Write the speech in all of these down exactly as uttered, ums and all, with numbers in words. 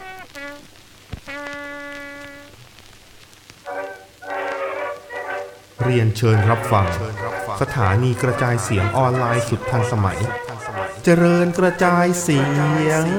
เรียนเชิญรับฟังสถานีกระจายเสียงออนไลน์สุดทันสมัยเจริญกระจายเสียง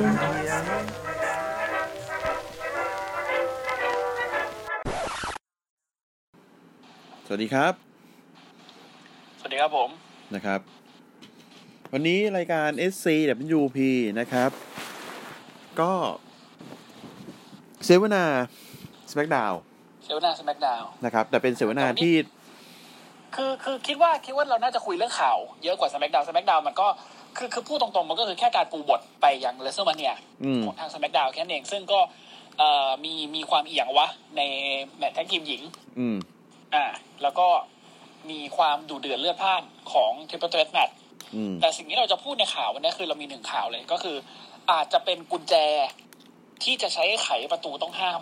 สวัสดีครับสวัสดีครับผมนะครับวันนี้รายการ เอส ซี ดับเบิลยู พี นะครับก็เสวนา Smackdown เสวนา Smackdown นะครับแต่เป็นเสวนาที่คือคือคิดว่าคิดว่าเราน่าจะคุยเรื่องข่าวเยอะกว่า Smackdown Smackdown มันก็คือคือพูดตรงๆมันก็คือแค่การปูบทไปยัง WrestleMania ของทาง Smackdown แค่นั้นเองซึ่งก็เอ่อมีมีความเอียงวะในแมตช์แท็กทีมหญิงอืมอ่าแล้วก็มีความดุเดือดเลือดพล่านของ Triple Threat Match แต่สิ่งที่เราจะพูดในข่าววันนี้คือเรามีหนึ่งข่าวเลยก็คืออาจจะเป็นกุญแจที่จะใช้ไขประตูต้องห้าม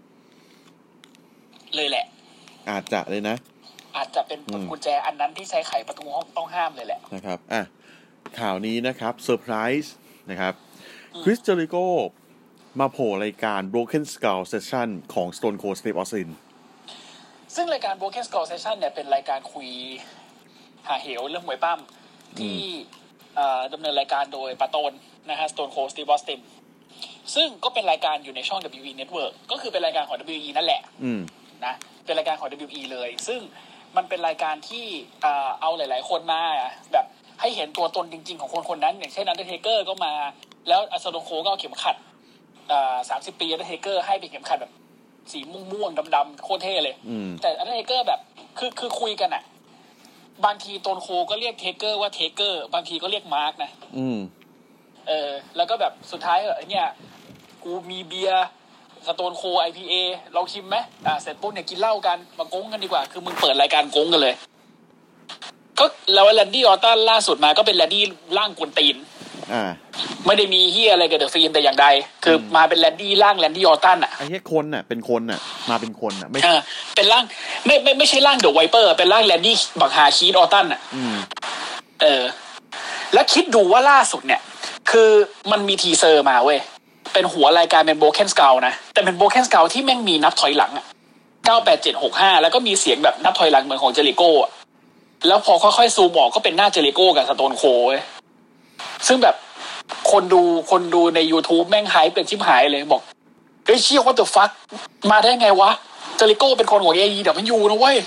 เลยแหละอาจจะเลยนะอาจจะเป็นกุญแจอันนั้นที่ใช้ไขประตูต้องห้ามเลยแหละนะครับอ่ะข่าวนี้นะครับเซอร์ไพรส์นะครับคริสเจริโกมาโผล่รายการ Broken Skull Session ของ Stone Cold Steve Austin ซึ่งรายการ Broken Skull Session เนี่ยเป็นรายการคุยหาเหวเรื่องมวยปั้มที่ดำเนินรายการโดยปาโตนนะฮะ Stone Cold Steve Austin ซึ่งก็เป็นรายการอยู่ในช่อง ดับเบิลยู อี Network ก็คือเป็นรายการของ ดับเบิลยู อี นั่นแหละนะเป็นรายการของ ดับเบิลยู อี เลยซึ่งมันเป็นรายการที่เอาหลายๆคนมาแบบให้เห็นตัวตนจริงๆของคนคนนั้นอย่างเช่น Undertaker ก็มาแล้วอัสโดโคก็เอาเข็มขัดสามสิบปี Undertaker ให้เป็นเข็มขัดแบบสีม่วงๆดำๆโคตรเท่เลยแต่ Undertaker แบบคือคือคุยกันอ่ะบางทีโตนโคก็เรียกเทเกอร์ว่าเทเกอร์บางทีก็เรียกมาร์กนะอืมเออแล้วก็แบบสุดท้ายเออเนี่ยกูมีเบียร์สโตนโค ไอ พี เอ เราชิมไหมอ่าเสร็จปุ๊บเนี่ยกินเหล้ากันมาโก๊งกันดีกว่าคือมึงเปิดรายการโก๊งกันเลยก็แล้วแลนดี้ออตตันล่าสุดมาก็เป็นแลนดี้ร่างกวนตีนอ่าไม่ได้มีเฮียอะไรกับเดอะฟิล์มแต่อย่างใดคือมาเป็นแลนดี้ร่างแลนดี้ออตตันอ่ะไอ้เฮียคนน่ะเป็นคนน่ะมาเป็นคนน่ะไม่เออเป็นร่างไม่ไม่ไม่ใช่ร่างเดอะไวเปอร์เป็นร่างแลนดี้บักฮาคีดออตตันอ่ะอืมเออแล้วคิดดูว่าล่าสุดเนี่ยคือมันมีทีเซอร์มาเว้ยเป็นหัวรายการเป็น Broken Skull นะแต่เป็น Broken Skull ที่แม่งมีนับถอยหลังอ่ะเก้า แปด เจ็ด หก ห้าแล้วก็มีเสียงแบบนับถอยหลังเหมือนของเจริโก้อ่ะแล้วพอค่อยๆซูมออกก็เป็นหน้าเจริโก้กับสโตนโคเว้ยซึ่งแบบคนดูคนดูใน YouTube แม่งไฮป์เป็นชิบหายเลยบอกเฮ้ยเชี่ย what the fuck มาได้ไงวะเจริโก้เป็นคนของ เอ อี ดับเบิลยู นะเว้ย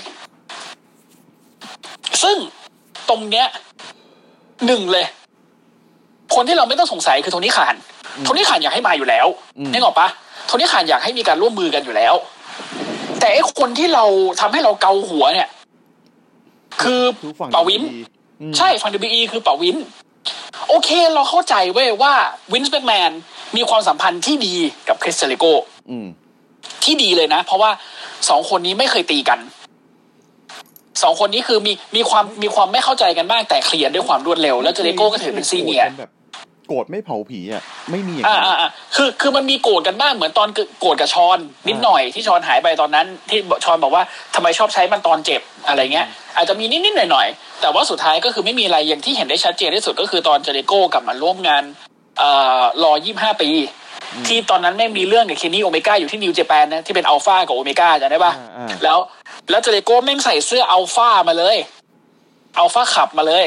ซึ่งตรงเนี้ยหนึ่งเลยคนที่เราไม่ต้องสงสัยคือโทนี่ข่านโทนี่ข่านอยากให้มาอยู่แล้วนึกออกปะโทนี่ข่านอยากให้มีการร่วมมือกันอยู่แล้วแต่ไอ้คนที่เราทำให้เราเกาหัวเนี่ยคือปาวินใช่ฝั่ง ดับเบิลยู อี คือปาวินโอเคเราเข้าใจเว้ยว่าวินส์แม็กแมนมีความสัมพันธ์ที่ดีกับคริสเจริโกที่ดีเลยนะเพราะว่าสองคนนี้ไม่เคยตีกันสองคนนี้คือมีมีความมีความไม่เข้าใจกันบ้างแต่เคลียร์ด้วยความรวดเร็วแล้วเจริโก้ก็ถือเป็นซีเนียร์โกรธไม่เผาผีอ่ะไม่มีอย่างนี้อ่าๆคือคือมันมีโกรธกันบ้างเหมือนตอนโกรธกับชอนนิดหน่อยที่ชอนหายไปตอนนั้นที่ชอนบอกว่าทำไมชอบใช้มันตอนเจ็บอะไรเงี้ยอาจจะมีนิดๆหน่อยๆแต่ว่าสุดท้ายก็คือไม่มีอะไรอย่างที่เห็นได้ชัดเจนที่สุดก็คือตอนเจริโก้กลับมาร่วมงานเอ่อรอยี่สิบห้าปีที่ตอนนั้นไม่มีเรื่องกับเคนนี่โอเมก้าอยู่ที่นิวเจแปนนะที่เป็นอัลฟากับโอเมก้าจำได้ป่ะแล้วแล้วเจริโก้แม่งใส่เสื้ออัลฟามาเลยอัลฟาขับมาเลย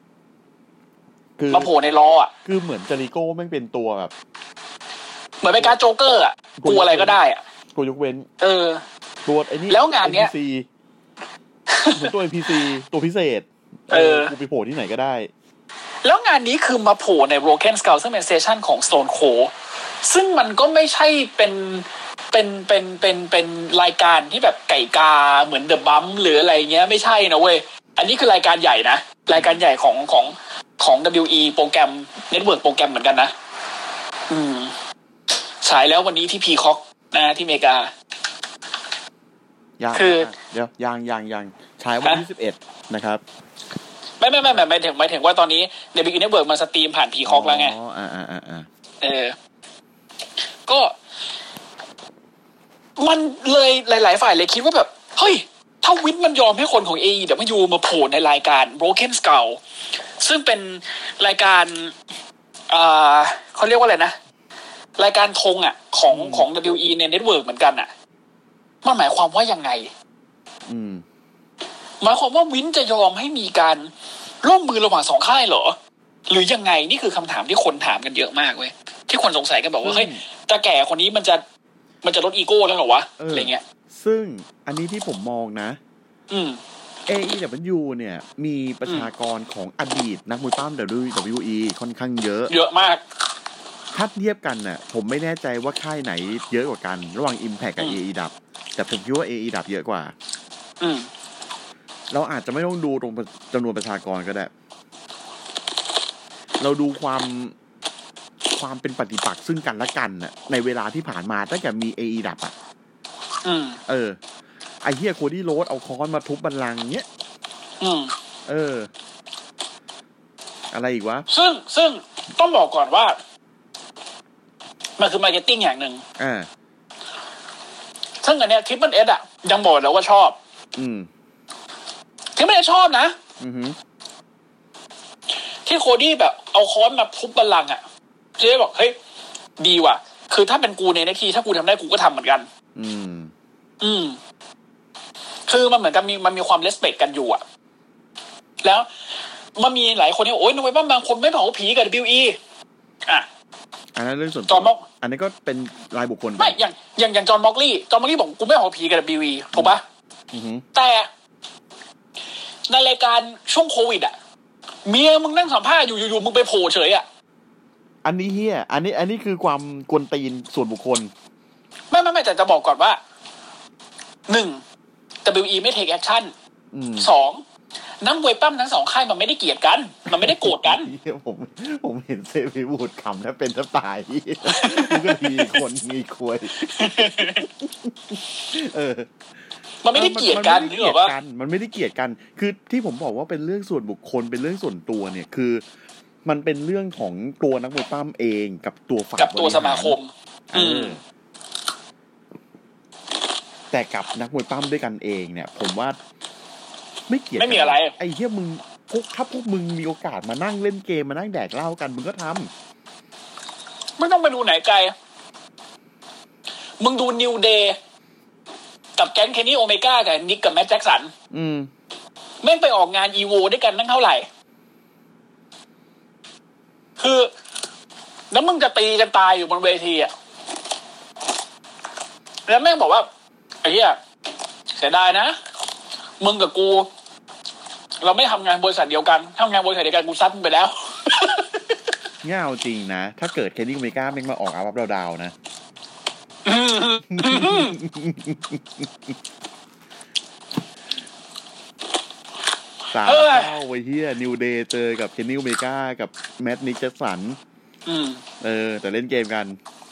มาโผล่ในล้ออ่ะคือเหมือนเจริโก้แม่งเป็นตัวแบบเหมือนเป็นการโจ๊กเกอร์อ่ะกูอะไรก็ได้อ่ะกูยกเว้นเออตัวไอ้นี่แล้วงานเนี้ยเหมือนตัว เอ็น พี ซี ตัวพิเศษเออกูไปโผล่ที่ไหนก็ได้แล้วงานนี้คือมาโผล่ใน Broken Skull ซึ่งเป็นเซสชั่นของ Stone Cold ซึ่งมันก็ไม่ใช่เป็นเป็นเป็นเป็นเป็นรายการที่แบบไก่กาเหมือน The Bump หรืออะไรเงี้ยไม่ใช่นะเว้ยอันนี้คือรายการใหญ่นะรายการใหญ่ของของของ ดับเบิลยู อี โปรแกรม Network โปรแกรมเหมือนกันนะอืมฉายแล้ววันนี้ที่ Peacock นะที่อเมริกาคือเดี๋ยวยังยังยังฉายวันที่สิบเอ็ดนะครับไม่ไม่ไม่หมายถึงหมายถึงว่าตอนนี้ ดับเบิลยู อี Network มันสตรีมผ่าน Peacock แล้วไงอ๋ออ่าๆๆเออก็มันเลยหลายๆฝ่ายเลยคิดว่าแบบเฮ้ยถ้าวินมันยอมให้คนของ เอ อี ดับเบิลยู มาโผล่ในรายการ Broken Skull ซึ่งเป็นรายการอ่าเขาเรียกว่าอะไรนะรายการธงอ่ะของของ ดับเบิลยู อี ในเน็ตเวิร์กเหมือนกันอ่ะมันหมายความว่ายังไงอืมหมายความว่าวินจะยอมให้มีการร่วมมือระหว่างสองค่ายเหรอหรือยังไงนี่คือคำถามที่คนถามกันเยอะมากเว้ยที่คนสงสัยกันบอกว่าเฮ้ยตาแก่คนนี้มันจะมันจะลดอีโก้แล้วเหรอวะอะไรเงี้ยซึ่งอันนี้ที่ผมมองนะอืมเอ อี ดับเบิลยู เนี่ยมีประชากรของอดีตนักมวยปล้ำ ดับเบิลยู อี ค่อนข้างเยอะเยอะมากถ้าเทียบกันน่ะผมไม่แน่ใจว่าค่ายไหนเยอะกว่ากันระหว่าง Impact กับ เอ อี ดับแต่ผมคิดว่า เอ อี ดับเยอะกว่าอืมเราอาจจะไม่ต้องดูตรงจำนวนประชากรก็ได้เราดูความความเป็นปฏิปักษ์ซึ่งกันและกันน่ะในเวลาที่ผ่านมาตั้งแต่มี เอ อี ดับอ่ะอืมเออไอ้เหี้ยโคดี้โรดเอาค้อนมาทุบบัลลังก์เงี้ยอืมเอออะไรอีกวะซึ่งซึ่งต้องบอกก่อนว่ามันคือมาร์เก็ตติ้งอย่างหนึ่งอ่าซึ่งอันเนี้ย Triple S อ่ะยังบอกแล้วว่าชอบอืม Triple S ชอบนะอือฮึที่โคดี้แบบเอาค้อนมาทุบบัลลังก์อ่ะเจ๊บอกเฮ้ยดีว่ะคือถ้าเป็นกูในนาทีถ้ากูทำได้กูก็ทำเหมือนกันอืมอืมคือมันเหมือนกับมีมันมีความเลสเปคกันอยู่อ่ะแล้วมันมีหลายคนที่โอ๊ยนักมวยปั้มบางคนไม่เผาผีกับ ดับเบิลยู อี อ่ะอันนั้นเรื่องส่วนจอห์นม็อกอันนี้ก็เป็นรายบุคคลไม่อย่างอย่างอย่างจอห์นม็อกลี่จอห์นม็อกลี่บอกกูไม่เผาผีกับ ดับเบิลยู อี ถูกป่ะอือฮึแต่ในรายการช่วงโควิดอ่ะเมียมึงนั่งสัมภาษณ์อยู่อยู่ๆมึงไปโผล่เฉยอ่ะอันนี้เฮียอันนี้อันนี้คือความกวนตีนส่วนบุคคลไม่ไม่ไม่แต่จะบอกก่อนว่าหนึ่ง ดับเบิลยู อี ไม่เทคแอคชั่นสองนักมวยปั้มทั้งสองค่ายมันไม่ได้เกลียดกันมันไม่ได้โกรธกันผมผมเห็นเซฟิวูดขำถ้าเป็นถ้าตายมันก็มีคนมีควยเออมันไม่ได้เกลียดกันนึกออกป่ะมันไม่ได้เกลียดกันคือที่ผมบอกว่าเป็นเรื่องส่วนบุคคลเป็นเรื่องส่วนตัวเนี่ยคือมันเป็นเรื่องของตัวนักมวยปั้มเองกับตัวฝ่ายกับตัวสมาคมเออแต่กับนักมวยปั้มด้วยกันเองเนี่ยผมว่าไม่เกี่ยวไม่มีอะไรไอ้เหี้ยมึงพวกถ้าพวกมึงมีโอกาสมานั่งเล่นเกมมานั่งแดกเหล้ากันมึงก็ทำไม่ต้องไปดูไหนไกลมึงดูนิวเดย์กับแก๊งเคนนี่โอเมก้ากับนิกกับแมทแจ็คสันอืมแม่งไปออกงานอีโวด้วยกันนั่งเท่าไหร่คือแล้วมึงจะตีกันตายอยู่บนเวทีอ่ะแล้วแม่งบอกว่าไอ้เหี้ยเสียดายนะมึงกับกูเราไม่ทำงานบริษัทเดียวกันทำงานบริษัทเดียวกันกูซัดมึงไปแล้วเงาจริงนะถ้าเกิดเคนนี่โอเมก้าแม่งมาออกอาวับดาวๆนะสามเก้าไว้เฮียนิวเดย์เจอกับเคนนี่โอเมก้ากับแมทนิกแจ็คสันเออแต่เล่นเกมกัน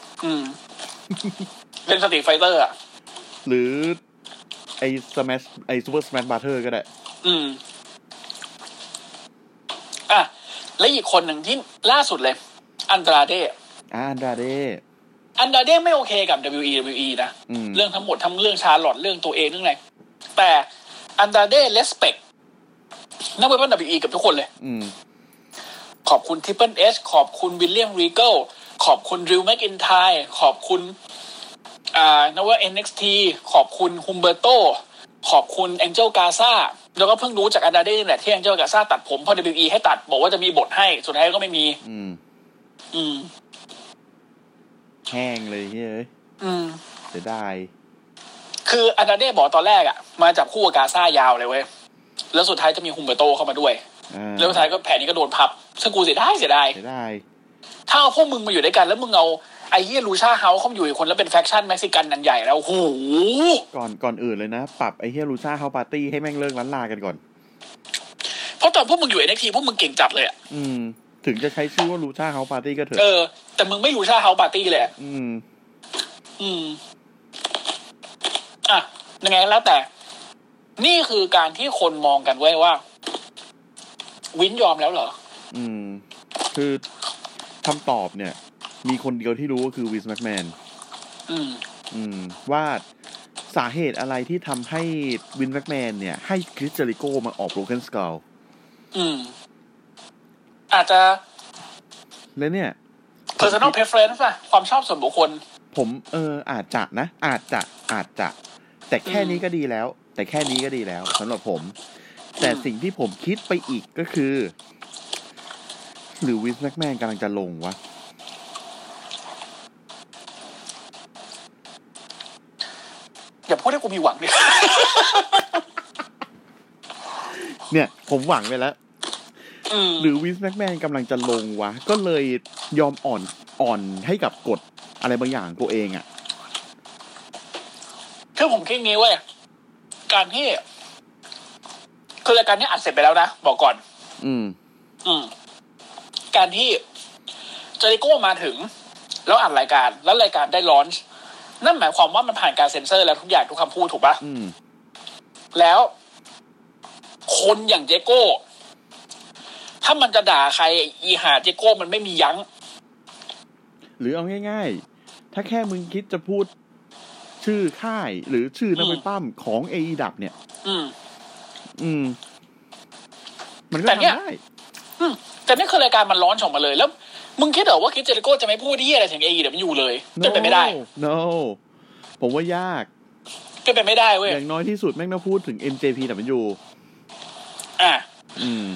เล่นสตรีทไฟเตอร์อ่ะหรือไอ้สแมชไอ้ซูเปอร์สแมชบาร์เทอร์ก็ได้อืมอ่ะและอีกคนหนึ่งที่ล่าสุดเลยอันดราเดอ่าอันดราเดอันดราเดไม่โอเคกับ ดับเบิลยู อี ดับเบิลยู อี นะเรื่องทั้งหมดทั้งเรื่องชาร์ลอตเรื่องตัวเองเรื่องอะไรแต่อันดราเดเลสเปคนักมวยปั้ม ดับเบิลยู อี กับทุกคนเลยขอบคุณทิปเปิลเอชขอบคุณวิลเลียมรีเกิลขอบคุณดริวแมคอินไทร์ขอบคุณอ่านว่า เอ็น เอ็กซ์ ที ขอบคุณฮุมเบอร์โตขอบคุณแองเจลกาซาแล้วก็เพิ่งรู้จากอันดาเด้นี่แหละที่แองเจลกาซาตัดผมเพราะ ดับเบิลยู อี ให้ตัดบอกว่าจะมีบทให้สุดท้ายก็ไม่มีอืมอืมแห้งเลยเฮ้ยอืมเสียดายคืออันดาเด้บอกตอนแรกอ่ะมาจับคู่กับกาซายาวเลยเว้ยแล้วสุดท้ายจะมีฮุมเบอร์โตเข้ามาด้วยแล้วสุดท้ายก็แผนนี้ก็โดนพับซึ่งกูเสียดายเสียดายเสียดายถ้าเอาพวกมึงมาอยู่ด้วยกันแล้วมึงเอาไอ้เหี้ยลูชาเฮาส์เข้ามาอยู่อีกคนแล้วเป็นแฟคชั่นเม็กซิกันนันใหญ่แล้วโอ้โหก่อนก่อนอื่นเลยนะปรับไอ้เหี้ยลูชาเฮาส์ปาร์ตี้ให้แม่งเลิกล้านลากันก่อนเพราะตอนพวกมึงอยู่ เอ็น เอ็กซ์ ที พวกมึงเก่งจัดเลยอ่ะอืมถึงจะใช้ชื่อว่าลูชาเฮาส์ปาร์ตี้ก็เถอะเออแต่มึงไม่ลูชาเฮาส์ปาร์ตี้เลยอืมอืมอ่ะยังไงแล้วแต่นี่คือการที่คนมองกันไว้ว่าวินยอมแล้วเหรออืมคือคำตอบเนี่ยมีคนเดียวที่รู้ก็คือวินส์แม็กแมนอืมอืมว่าสาเหตุอะไรที่ทำให้วินส์แม็กแมนเนี่ยให้คริสเจริโกมาออกโบรเกนสคัลอืมอาจจะแล้วเนี่ย personal preference ป่ะความชอบส่วนบุคคลผมเอออาจจะนะอาจจะอาจจะแต่แค่นี้ก็ดีแล้วแต่แค่นี้ก็ดีแล้วสำหรับผมแต่สิ่งที่ผมคิดไปอีกก็คือหรือวิสแม็กแมนกำลังจะลงวะอย่าพูดให้กูมีหวังดิเนี่ยผมหวังไปแล้วหรือวิสแม็กแมนกำลังจะลงวะก็เลยยอมอ่อนอ่อนให้กับกฎอะไรบางอย่างตัวเองอ่ะคือผมคิดงี้เว้ยการที่คือรายการนี้อัดเสร็จไปแล้วนะบอกก่อนอืมอืมการที่เจริโก้มาถึงแล้วอัดรายการแล้วรายการได้ลอนช์นั่นหมายความว่ามันผ่านการเซ็นเซอร์แล้วทุกอย่างทุกคำพูดถูกปะอืมแล้วคนอย่างเจโก้ถ้ามันจะด่าใครอีหาเจโก้มันไม่มียั้งหรือเอาง่ายๆถ้าแค่มึงคิดจะพูดชื่อค่ายหรือชื่อนักมวยปั้มของ เอ อี ดับ เนี่ยอืมอืมมันก็ทำได้อืมแต่นี่คือรายการมันร้อนออกมาเลยแล้วมึงคิดเหรอว่าคิดเจริโก้จะไม่พูดที่อะไรถึง เอ อี ดับ อยู่เลยเป็นไปไม่ได้ no ผมว่ายากเป็นไปไม่ได้เว้ยอย่างน้อยที่สุดแม่งต้องพูดถึง เอ็ม เจ พี ดับ อยู่อ่ะอืม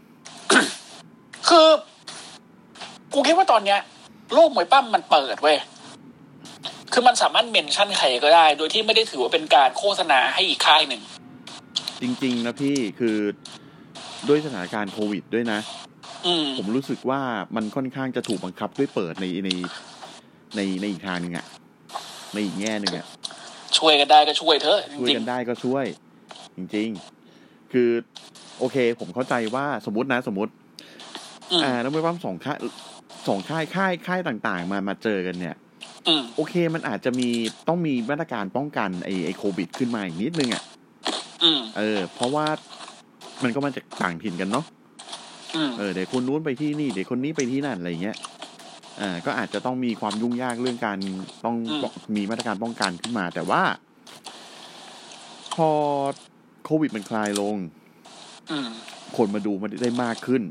คือกูคิดว่าตอนเนี้ยโลกมวยปั้มมันเปิดเว้ยคือมันสามารถเมนชั่นใครก็ได้โดยที่ไม่ได้ถือว่าเป็นการโฆษณาให้อีกค่ายหนึ่งจริงๆนะพี่คือด้วยสถานการณ์โควิดด้วยนะผมรู้สึกว่ามันค่อนข้างจะถูกบังคับด้วยเปิดในในในในอีกทางนึงอ่ะในอีกแง่นึงอ่ะช่วยกันได้ก็ช่วยเถอะช่วยกันได้ก็ช่วยจริงๆคือโอเคผมเข้าใจว่าสมมตินะสมมติอ่าแล้วไม่ว่าสองค่ายสองค่ายค่ายค่ายต่างๆมามาเจอกันเนี่ยโอเคมันอาจจะมีต้องมีมาตรการป้องกันไอ้ไอ้โควิดขึ้นมาอีกนิดนึงอ่ะเออเพราะว่ามันก็มาจากต่างถิ่นกันเนาะเออเดี๋ยวคนนู้นไปที่นี่เดี๋ยวคนนี้ไปที่นั่นอะไรเงี้ยอ่าก็อาจจะต้องมีความยุ่งยากเรื่องการต้องมีมาตรการป้องกันขึ้นมาแต่ว่าพอโควิดมันคลายลงคนมาดูมันได้มากขึ้น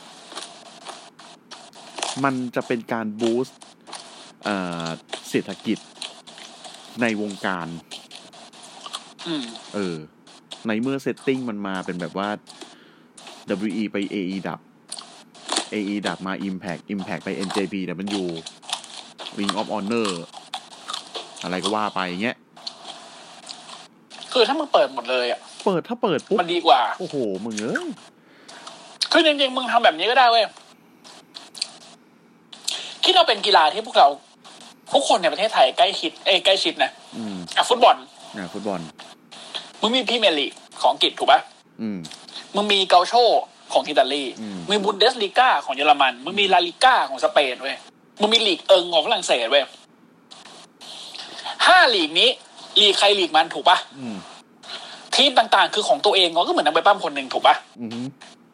มันจะเป็นการบูสต์เศรษฐกิจในวงการเออในเมื่อเซตติ้งมันมาเป็นแบบว่า ดับเบิลยู อี ไป เอ อี ดับ เอ อี ดับมา Impact Impact ไป เอ็น เจ พี ดับเบิลยู Ring of Honor อะไรก็ว่าไปเงี้ยคือถ้ามึงเปิดหมดเลยอ่ะเปิดถ้าเปิดปุ๊บมันดีกว่าโอ้โหมึงเอ้ยคือจริงๆมึงทำแบบนี้ก็ได้เว้ยคิดเราเป็นกีฬาที่พวกเราทุกคนในประเทศไทยใกล้ชิดเอ้ยใกล้ชิดนะอืมอ่ะฟุตบอลอ่ะฟุตบอลมึงมีพรีเมียร์ลีกของอังกฤษถูกป่ะอืมมึงมีเกาโชของอิตาลีมึงบุนเดสลีกาของเยอรมันมึงมีลาลิก้าของสเปนเว้ยมึงมีลีกเอิงของฝรั่งเศสเว้ยห้าลีกนี้ลีกใครลีกมันถูกป่ะอืมทีมต่างๆคือของตัวเองก็เหมือนนักมวยปั้มคนนึงถูกป่ะอือ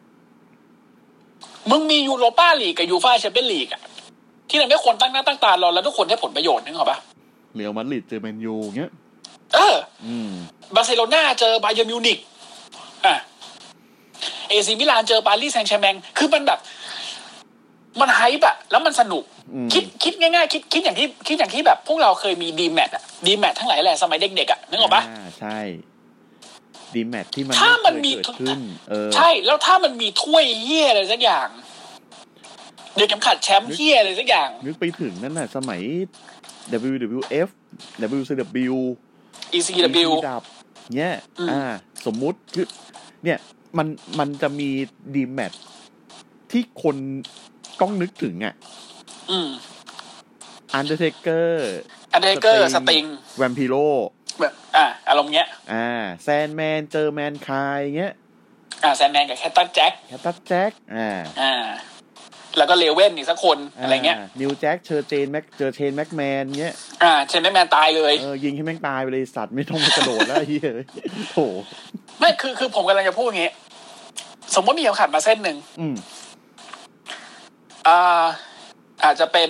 มึงมียูโรป้าลีกกับยูฟ่าแชมเปี้ยนลีกอ่ะที่ทำให้คนตั้งหน้าตั้งตารอแล้วทุกคนได้ผลประโยชน์นึกออกป่ะเรอัลมาดริดเจอแมนยูเงี้ยเอออืมบาร์เซโลนาเจอบาเยิร์นมิวนิกอ่ะเอซีมิลานเจอปารีสแซงต์แชร์แมงคือมันแบบมันไฮป์อะแล้วมันสนุกคิดคิดง่ายๆคิดคิดอย่างที่คิดอย่างที่แบบพวกเราเคยมีดีแมทอะดีแมททั้งหลายแหละสมัยเด็กๆอะนึกออกปะอ่าใช่ดีแมทที่มันถ้ามันมีขึ้นเออใช่แล้วถ้ามันมีถ้วยเหี้ยอะไรสักอย่างเดี๋ยวเข็มขัดแชมป์เหี้ยอะไรสักอย่างนึกไปถึงนั่นน่ะสมัย ดับเบิลยู ดับเบิลยู เอฟ ดับเบิลยู ซี ดับเบิลยูอี ซี ดับเบิลยูดับเนี่ยอ่าสมมุติคือเนี่ยมันมันจะมีดีแมทที่คนต้องนึกถึงอ่ะอืม Undertaker Undertaker สติง Vampiro แบบอ่าอารมณ์เงี้ยอ่าแซนแมนเจอแมนคายเงี้ยอ่าแซนแมนกับแคทตัสแจ็คแคทตัสแจ็คอ่าอ่าแล้วก็เลเว่นอีกสักคนอะไรเงี้ยนิวแจ็คเจอเจนแม็กเจอเชนแม็กแมนเงี้ยอ่าเชนแม็กแมนตายเลยเออยิงให้แม่งตายไปเลยสัตว์ไม่ต้องมากระโดดแล้วไอ้เหี้ยโถไม่คือคือผมกำลังจะพูดอย่างงี้สมมติมีเข็มขัดมาเส้นหนึ่งอืมอ่าอาจจะเป็น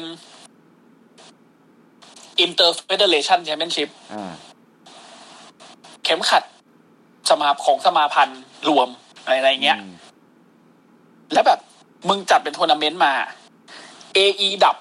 Interfederation Championship อ่าเข็มขัดสมาของสมาพันธ์รวมอะไรอะไรเงี้ยแล้วแบบมึงจัดเป็นทัวร์นาเมนต์มา เอ อี ดับ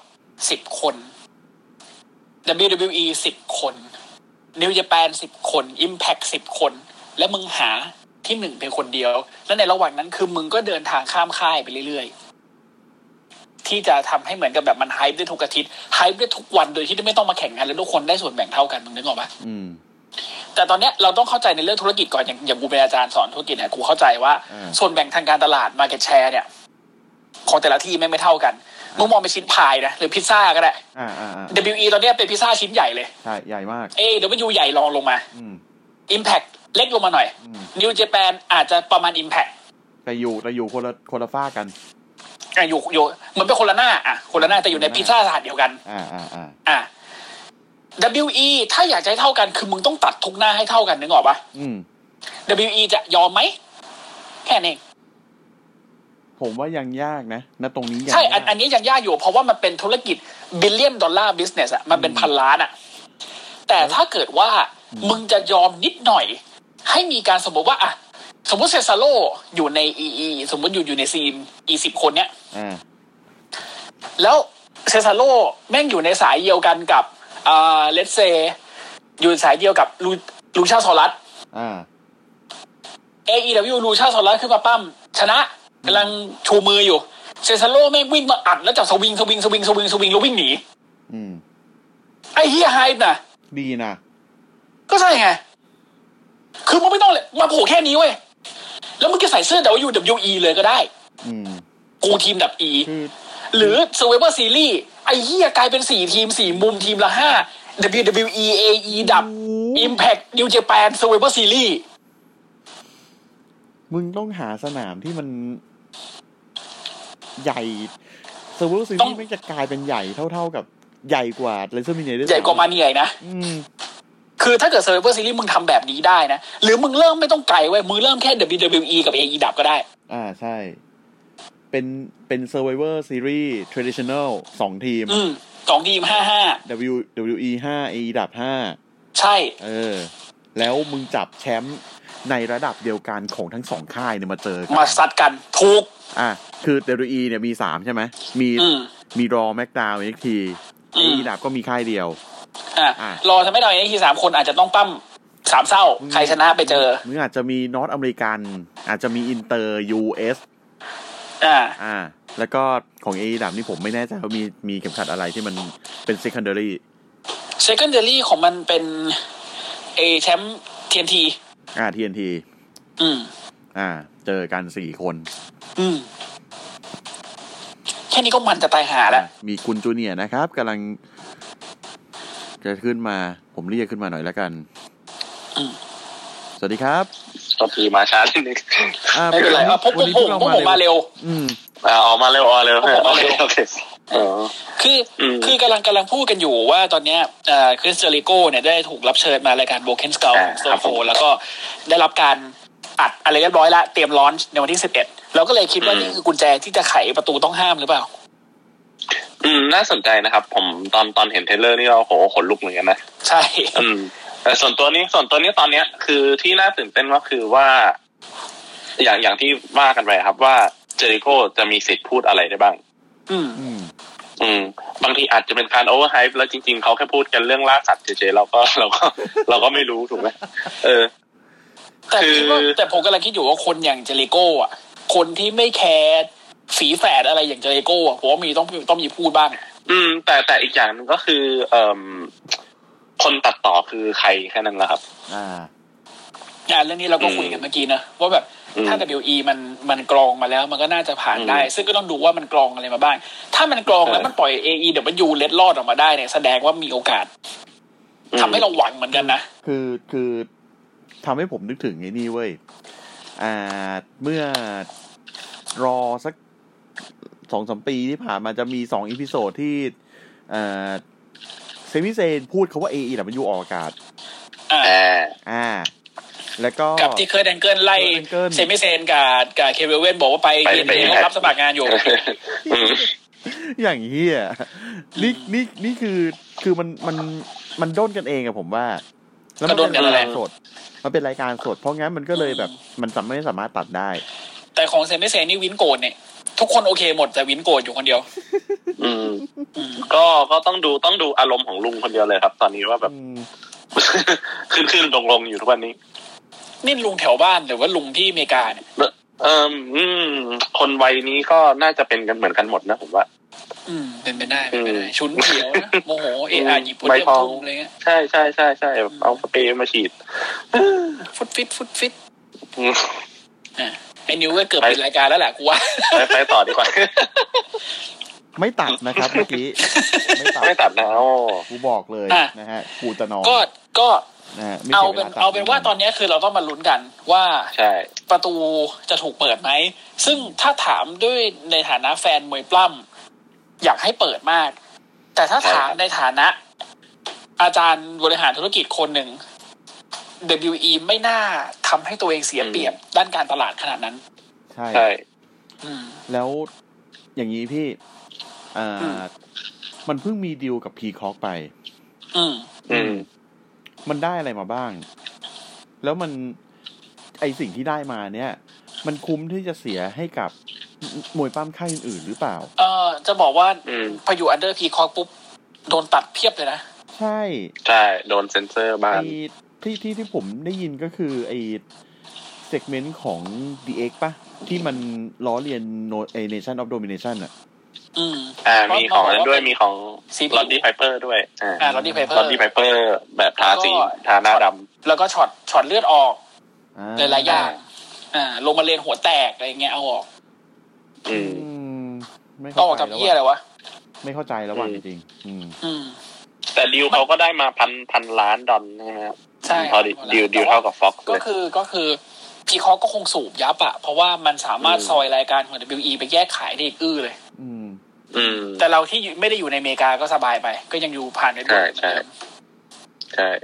สิบคน ดับเบิลยู ดับเบิลยู อี สิบคน New Japan สิบคน Impact สิบคนแล้วมึงหาที่หนึ่งเพียงคนเดียวแล้วในระหว่างนั้นคือมึงก็เดินทางข้ามค่ายไปเรื่อยๆที่จะทำให้เหมือนกับแบบมันไฮป์ได้ทุกอาทิตย์ไฮป์ได้ทุกวันโดยที่ไม่ต้องมาแข่งกันแล้วทุกคนได้ส่วนแบ่งเท่ากันมึงนึกออกปะอืมแต่ตอนเนี้ยเราต้องเข้าใจในเรื่องธุรกิจก่อนอย่างอย่างกูเป็นอาจารย์สอนธุรกิจเนี่ยกูเข้าใจว่าส่วนแบ่งทางการตลาด market share เนี่ยของแต่ละที่ไม่ไม่เท่ากันมึงมองเป็นชิ้นพายนะหรือพิซซ่าก็ได้อ่าๆ ดับเบิลยู อี ตอนนี้เป็นพิซซ่าชิ้นใหญ่เลยใช่ใหญ่มากเอ ดับเบิลยู ใหญ่รองลงมาอืม Impact เล็กลงมาหน่อย New Japan อาจจะประมาณ Impact แต่อยู่แต่อยู่คนละคนละฝ้ากันอ่ะอยู่อยู่เหมือนเป็นคนละหน้าอ่ะคนละหน้าแต่อยู่ในพิซซ่าถาดเดียวกันอ่าๆๆอ่ะ ดับเบิลยู อี ถ้าอยากจะให้เท่ากันคือมึงต้องตัดทุกหน้าให้เท่ากันนึกออกป่ะอืม ดับเบิลยู อี จะยอมไหมแค่นั้นผมว่ายังยากนะณตรงนี้ใช่อันอันนี้ยังยากอยู่เพราะว่ามันเป็นธุรกิจ billion dollar business อ่ะมันเป็นพันล้านอ่ะแต่ถ้าเกิดว่ามึงจะยอมนิดหน่อยให้มีการสมมติว่าอ่ะสมมติเซซาโลอยู่ใน อี อี สมมติอยู่อยู่ในซีม อี สิบคนเนี้ยอ่าแล้วเซซาโลแม่งอยู่ในสายเดียวกันกับอ่าเลทเซอยู่สายเดียวกับลูลูชาโซลัสอ่า เอ อี ดับเบิลยู ลูชาโซลัสขึ้นมาปั้มชนะกำลังชูมืออยู่เซซาโลแม่งวิ่งมาอัดแล้วจับสวิงสวิงสวิงสวิงสวิงแล้ววิ่งหนีอืมไอ้เฮียไฮป์น่ะดีนะก็ใช่ไงคือมันไม่ต้องเลยมาโผล่แค่นี้เว้ยแล้วมึงก็ใส่เสื้อ ดับเบิลยู ดับเบิลยู อี เลยก็ได้อืมกูทีมดับ E หรือ Survivor Series ไอ้เหี้ยกลายเป็นสี่ทีมสี่มุมทีมละห้า ดับเบิลยู ดับเบิลยู อี เอ อี ดับ Impact New Japan Survivor Series มึงต้องหาสนามที่มันใหญ่ Survivor Series ไม่จะกลายเป็นใหญ่เท่าๆกับใหญ่กว่า WrestleMania ใหญ่กว่ามาเนียนะอืมคือถ้าเกิด Survivor Series มึงทำแบบนี้ได้นะหรือมึงเริ่มไม่ต้องไกลเว้ยมึงเริ่มแค่ ดับเบิลยู ดับเบิลยู อี กับ เอ อี ดับก็ได้อ่าใช่เป็นเป็น Survivor Series Traditional สองทีมอืมสองทีมห้าห้า W ดับเบิลยู อี ห้า เอ อี ดับห้าใช่เออแล้วมึงจับแชมป์ในระดับเดียวกันของทั้งสองค่ายเนี่ยมาเจอกันมาซัดกันถูกอ่ะคือ ดับเบิลยู อี เนี่ยมีสามใช่ไหมมีมี Raw SmackDown เอ็น เอ็กซ์ ที เอ อี ดับก็มีค่ายเดียวอ่ะรอทำให้เราเอ็น เอ็กซ์ ที สามคนอาจจะต้องปั้มสามเศร้าใครชนะไปเจอมึงอาจจะมีนอร์ทอเมริกันอาจจะมีอินเตอร์ ยู เอสอ่าอ่าแล้วก็ของ เอ อี ดับนี่ผมไม่แน่ใจว่ามีมีเข็มขัดอะไรที่มันเป็น secondary secondary ของมันเป็นเอแชมป์ ที เอ็น ทีอ่า ที เอ็น ที อืมอ่าเจอกันสี่คนอืมแค่นี้ก็มันจะตายหาแล้วมีคุณจูเนียร์นะครับกำลังจะขึ้นมาผมเรียกขึ้นมาหน่อยแล้วกันสวัสดีครับก็คือมาช้านิดนึงไม่เป็นไรครับพบผมผมผมมาเร็วอืมอ่าออกมาเร็วออกเร็วโอเคโอเคคือคือกำลังกำลังพูดกันอยู่ว่าตอนเนี้ยอ่าคริสเจอริโก้เนี่ยได้ถูกรับเชิญมารายการ Broken Skull ของ Stone Cold แล้วก็ได้รับการอัดอะไรเรียบร้อยแล้วเตรียมลอนช์ในวันที่สิบเอ็ดเราก็เลยคิดว่านี่คือกุญแจที่จะไขประตูต้องห้ามหรือเปล่าอืมน่าสนใจนะครับผมตอนตอนเห็นเทรลเลอร์นี่เราโหขนลุกเหมือนกันนะใช่อืมแต่ส่วนตัวนี้ส่วนตัวนี้ตอนเนี้ยคือที่น่าตื่นเต้นก็คือว่าอย่างอย่างที่ว่ากันไปครับว่าเจอริโก้จะมีสิทธิ์พูดอะไรได้บ้างอืมอืมอืมบางทีอาจจะเป็นการโอเวอร์ไฮป์แล้วจริงๆเขาแค่พูดกันเรื่องล่าสัตว์เฉยๆเราก็เราก็เราก็ไม่รู้ถูกไหมเออแต่คิดว่าแต่ผมกำลังคิดอยู่ว่าคนอย่างเจอริโก้อ่ะคนที่ไม่แคร์ฝีแฝดอะไรอย่างเจอริโก้อ่ะผมว่ามีต้องต้องมีพูดบ้างอืมแต่แต่อีกอย่างนึงก็คือเอ่อคนตัดต่อคือใครแค่นั้นแหละครับอ่าอ่าเรื่องนี้เราก็คุยกันเมื่อกี้นะว่าแบบถ้า ดับเบิลยู อี มันมันกรองมาแล้วมันก็น่าจะผ่านได้ซึ่งก็ต้องดูว่ามันกรองอะไรมาบ้างถ้ามันกรองแล้วมันปล่อย เอ อี เดี๋ยวมันยูเล็ดรอดออกมาได้เนี่ยแสดงว่ามีโอกาสทำให้เราหวังเหมือนกันนะคือคือทำให้ผมนึกถึงไอ้นี่เว้ยอ่าเมื่อรอสักสองสามปีที่ผ่านมาจะมีสองอีพิโซดที่เอ่อเซมิเซนพูดคาว่า เอ อี ดับเบิลยู ออกอากาศอ่าอ่าแล้วก็กับที่เคยแดนเกิลไล่เซมิเซนกับกับเควิลเว่นบอกว่าไปเรียนที่รับสมัครงานอยู่อย่างเหี้ยนี่นี่นี่คือคือมันมันมันด้นกันเองอะผมว่าแล้วมันเป็นรายการสดมันเป็นรายการสดเพราะงั้นมันก็เลยแบบมันสามารถไม่สามารถตัดได้แต่ของเซมิเซนนี่วินโกนเนี่ยทุกคนโอเคหมดแต่วินโกรธอยู่คนเดียวอืมก็ก็ต้องดูต้องดูอารมณ์ของลุงคนเดียวเลยครับตอนนี้ว่าแบบขึ้นขึ้นลงลงอยู่ทุกวันนี้นี่ลุงแถวบ้านหรือว่าลุงที่อเมริกาเนี่ยเอออืมคนวัยนี้ก็น่าจะเป็นกันเหมือนกันหมดนะผมว่าอืมเป็นไปได้เป็นไปได้ชุนเขียวนะโมโหเออาหยิบพุ่งพุ่งอะไรเงี้ยใช่ใช่ใช่ใช่เอาสเปรย์มาฉีดฟุตฟิตฟุตฟิตอ่าไอ้นิวก็เกือบปิดรายการแล้วแหละกูว่าไปไปต่อดีกว่าไม่ตัดนะครับเมื่อกี้ไม่ตัดไม่ตัดนะโอ้กูบอกเลยนะฮะกูจะนอนก็ก็เอาเป็นเอาเป็นว่าตอนนี้คือเราต้องมาลุ้นกันว่าประตูจะถูกเปิดไหมซึ่งถ้าถามด้วยในฐานะแฟนมวยปล้ำอยากให้เปิดมากแต่ถ้าถามในฐานะอาจารย์บริหารธุรกิจคนหนึ่ง ดับเบิลยู อี ไม่น่าทำให้ตัวเองเสียเปรียบด้านการตลาดขนาดนั้นใช่ใช่แล้วอย่างนี้พี่อ่ามันเพิ่งมีดีลกับพีคอกไปอืมอืมมันได้อะไรมาบ้างแล้วมันไอสิ่งที่ได้มาเนี่ยมันคุ้มที่จะเสียให้กับมวยปั้มค่ายอื่นๆหรือเปล่าเออจะบอกว่าพออยู่อันเดอร์พีคอกปุ๊บโดนตัดเพียบเลยนะใช่ใช่โดนเซ็นเซอร์บ้างที่ที่ที่ผมได้ยินก็คือไอเซกเมนต์ของ ดี เอ็กซ์ ป่ะที่มันล้อเลียนไอ Nation of Domination อ่ะอืมอ่ามีของนั้นด้วยมีของลอดดี้ไพเปอร์ด้วยอ่าลอดดี้ไพเปอร์ลอดดี้ไพเปอร์แบบทาสีทาหน้าดำแล้วก็ช็อตช็อตเลือดออกหลายๆอย่างอ่าลงมาเลนหัวแตกอะไรเงี้ยเอาออกอืมไม่เข้าใจกับเหี้ยอะไรวะไม่เข้าใจแล้วว่ะจริงๆอืมอืมแต่ดีลเขาก็ได้มาพันพันล้านดอลใช่ไหมครับใช่พอดีลดีลเท่ากับ Fox ก็คือก็คือพีคอก็คงสูบยับอ่ะเพราะว่ามันสามารถซอยรายการของ ดับเบิลยู อี ไปแยกขายได้อีกอื้อเลยอืมอืมแต่เราที่ไม่ได้อยู่ในอเมริกาก็สบายไปก็ยังอยู่ผ่านในใช่ใช่ใช่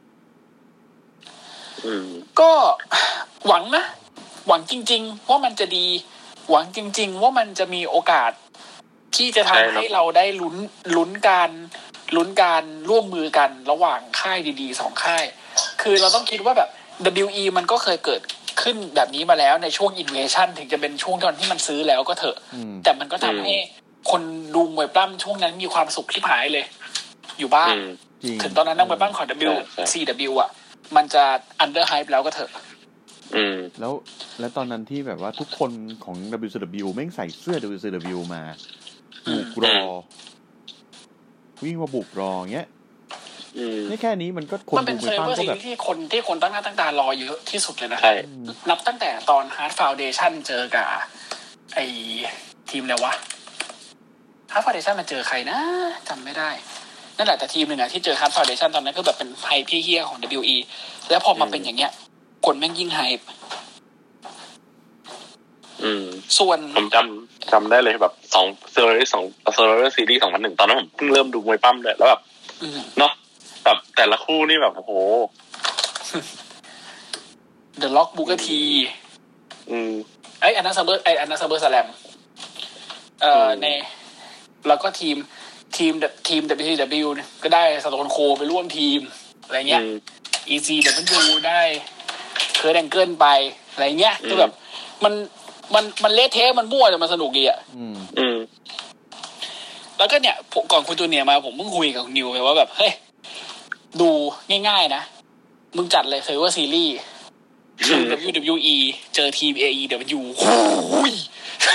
อืมก็หวังนะหวังจริงๆว่ามันจะดีหวังจริงๆว่ามันจะมีโอกาสที่จะทำให้เราได้ลุ้นลุ้นการลุ้นการร่วมมือกันระหว่างค่ายดีๆสองค่ายคือเราต้องคิดว่าแบบ ดับเบิลยู อี มันก็เคยเกิดขึ้นแบบนี้มาแล้วในช่วง Invasion ถึงจะเป็นช่วงตอนที่มันซื้อแล้วก็เถอะแต่มันก็ทำให้คนดูมวยปล้ำช่วงนั้นมีความสุขที่หายเลยอยู่บ้านถึงตอนนั้นนักมวยปล้ำของ ดับเบิลยู ซี ดับเบิลยู อ่ะมันจะ Under Hype แล้วก็เถอะแล้วแล้วตอนนั้นที่แบบว่าทุกคนของ ดับเบิลยู ซี ดับเบิลยู แม่งใส่เสื้อ ดับเบิลยู ซี ดับเบิลยู มาบุกรอวิ่งมาบุกรอเงี้ยนี่แค่นี้มันก็คนดูมวยปล้ำก็แบบที่คนที่คนตั้งหน้าตั้งตารอเยอะที่สุดเลยนะนับตั้งแต่ตอน Hard Foundation เจอกับไอทีมอะไรวะ Hard Foundation มันเจอใครนะจำไม่ได้นั่นแหละแต่ทีมนึงอะที่เจอ Hard Foundation ตอนนั้นก็แบบเป็นไฮพี่เฮียของ ดับเบิลยู อี แล้วพอมาเป็นอย่างเงี้ยคนแม่งยิ่งไฮอืมส่วนผมจำจำได้เลยแบบสองเซอร์รี่สองเซอร์รี่ซีรีส์สองพันหนึ่งตอนนั้นผมเพิ่งเริ่มดูมวยปั้มเลยแล้วแบบเนาะแบบแต่ละคู่นี่แบบโอ้โห The Rock Booker T อืมไอ้อันนั้นซัมเบอร์ไอ้อันนั้นซัมเบอร์สแลมเอ่อในแล้วก็ทีมทีมทีม ดับเบิลยู ซี ดับเบิลยู ก็ได้สโตนโคไปร่วมทีมอะไรเงี้ย อี ซี ดับเบิลยู ได้เคิร์ทแองเกิลไปอะไรเงี้ยคือแบบมันมันมันเละเทะมันมั่วแต่มันสนุกดีอ่ะอืมอืมแล้วก็เนี่ยก่อนคุณจูเนียร์มาผมเพิ่งคุยกับคุณนิวไปว่าแบบเฮ้ยดูง่ายๆนะมึงจัดเลยเคยว่าซีรีส์ ดับเบิลยู ดับเบิลยู อี เจอทีม เอ อี ดับเบิลยู โอ้ย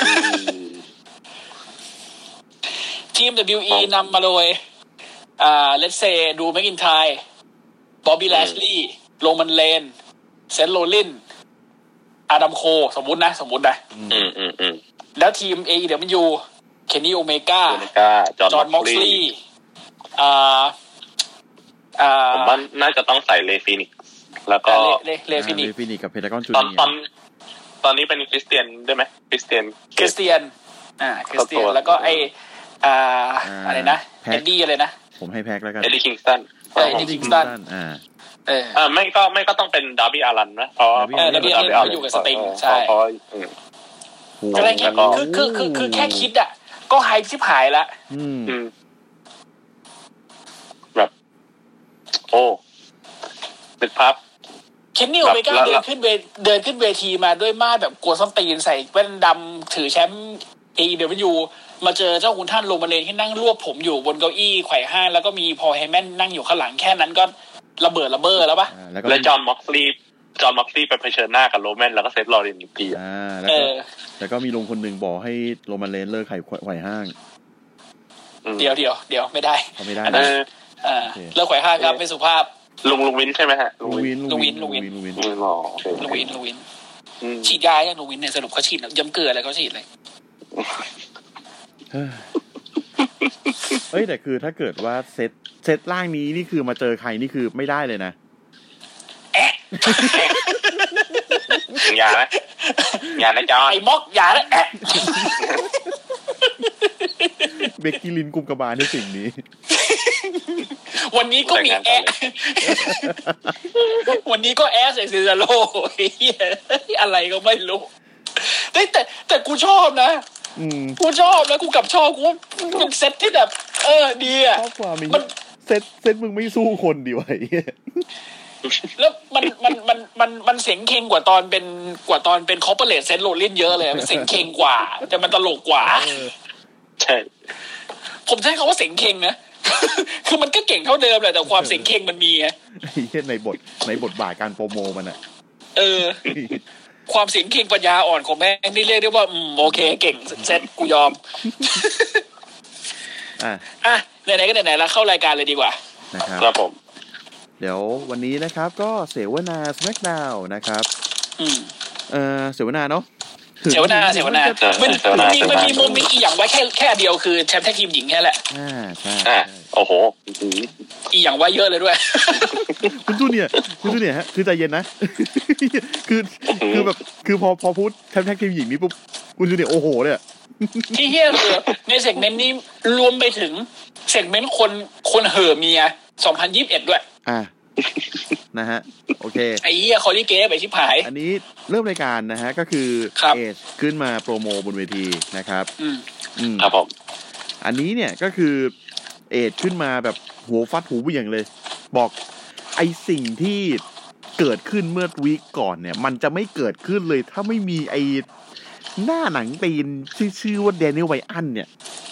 ทีม ดับเบิลยู อี นำมาโดยอ่าเลทเซดูแมคอินไทร์บอบบี้แลชลีย์โรมันเลนเซนโรลินอาดัมโคสมมุตินะสมมุตินะอืมอืมอืมแล้วทีม เอ อี ดับเบิลยู เคนนี่โอเมก้าจอห์นม็อกซ์ลีย์อ่าอ่าผมว่าน่าจะต้องใส่เลฟินิกแล้วก็เลเลฟินิกเลฟินิกกับเพนทากอนจูเนียร์ตอนตอนนี้เป็นคริสเตียนได้ไหมคริสเตียนคริสเตียนอ่าคริสเตียนแล้วก็ไออ่าอะไรนะเอ็ดดี้อะไรนะผมให้แพ็คแล้วกันเอ็ดดี้คิงสตันเอ็ดดี้คิงสตันอ่าเอออ่าไม่ก็ไม่ก็ต้องเป็นดาร์บี้อารันนะเพราะเออดาร์บี้อารันอยู่กับสติงใช่เพราะอะไรเงี้ยคือคือคือคือแค่คิดอ่ะก็ไฮชิบหายละอืมแบบโอ้เป็นภาพเคนนี่โอเมก้าเดินขึ้นเวเดินขึ้นเวทีมาด้วยมาแบบกลัวส้นตีนใส่แว่นดำถือแชมป์เอ อี ดับเบิลยู มาเจอเจ้าคุณท่านโรมันเรนที่นั่งรวบผมอยู่บนเก้าอี้ไขว่ห้างแล้วก็มีพอล เฮย์แมนนั่งอยู่ข้างหลังแค่นั้นก็ระเบิดระเบ้อแล้วปะแล้วจอห์นม็อกซ์ลีย์จอห์นม็อกซ์ลีย์ไปเผชิญหน้ากับโรแมนแล้วก็เซธลอรินอีกทีอ่าแล้วก็แล้วก็มีลุงคนหนึ่งบอกให้โรมันเรนเลิกไขไขว่ห้างเดี๋ยวเดี๋ยวเดี๋ยวไม่ได้ไม่ได้นะอ่าเลิกไขว่ห้างครับไม่สุภาพลุงลุงวินใช่ไหมฮะลุงวินลุงวินลุงวินลุงวินลุงวินลุงวินฉีดยาอย่างลุงวินเนี่ยสรุปเขาฉีดย้ำเกลืออะไรเขาฉีดเลยเฮ้ยแต่คือถ้าเกิดว่าเซตเซตล่างนี้นี่คือมาเจอใครนี่คือไม่ได้เลยนะแอะอย่านะอย่านะจอนไอ้ม็อกอย่านะแอะเบกกี้ลินกุมกบาลในสิ่งนี้วันนี้ก็มีแอะวันนี้ก็แอะใส่ซิซาโร่อะไรก็ไม่รู้แต่แต่แต่กูชอบนะกูชอบนะกูกลับชอบกูมันเซตที่แบบเออดีอ่ะชอบกว่ามันเซตเซตมึงไม่สู้คนดีวะแล้วมันมันมันมันมันเสียงเค็งกว่าตอนเป็นกว่าตอนเป็นคอร์ปอเรทเซตโรลลิ่นเยอะเลยมันเสียงเค็งกว่าแต่มันตลกกว่าใช่ผมใช้คำว่าเสียงเค็งนะคือมันก็เก่งเท่าเดิมแหละแต่ความเสียงเค็งมันมีไงในบทในบทบาทการโปรโมมันอ่ะเออความเสียงเค็งปัญญาอ่อนของแม่งนี่เรียกได้ว่าอืมโอเคเก่งเซ็ตกูยอมอ่ะอ่ะไหนๆก็ไหนๆแล้วเข้ารายการเลยดีกว่านะครับครับผมเดี๋ยววันนี้นะครับก็เสวนา SmackDown นะครับอืมเอ่อเสวนาเนาะเสวนาเสวนามันมีมันมีมุมมีอีกอย่างไว้แค่แค่เดียวคือแชมป์แท็กทีมหญิงแค่แหละอ่าใช่อ่าโอ้โหอีกอย่างไว้เยอะเลยด้วยคุณจูเนี่ยคุณจูเนี่ยฮะคือใจเย็นนะคือคือแบบคือพอพอพูดแชมป์แท็กทีมหญิงนี่ปุ๊บคุณจูเนี่ยโอ้โหเลยที่เฮี้ยคือในเซกเมนต์นี้รวมไปถึงเซกเมนต์คนคนเห่อเมียสองพันยี่สิบเอ็ดด้วยอ่านะฮะโอเคไอ้เหี้ยคอลลี่เกฟไปชิบหายอันนี้เริ่มรายการนะฮะก็คือเอชขึ้นมาโปรโมบนเวทีนะครับอืมอืมครับผมอันนี้เนี่ยก็คือเอชขึ้นมาแบบหัวฟัดหูเหวี่ยงเลยบอกไอ้สิ่งที่เกิดขึ้นเมื่อวีคก่อนเนี่ยมันจะไม่เกิดขึ้นเลยถ้าไม่มีไอ้หน้าหนังตีนที่ชื่อว่าแดเนียลไวอันเนี่ย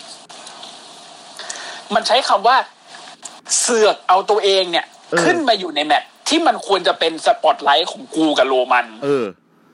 มันใช้คำว่าเสือกเอาตัวเองเนี่ยขึ้นมาอยู่ในแมตช์ที่มันควรจะเป็นสปอตไลท์ของกูกับโรมันเออ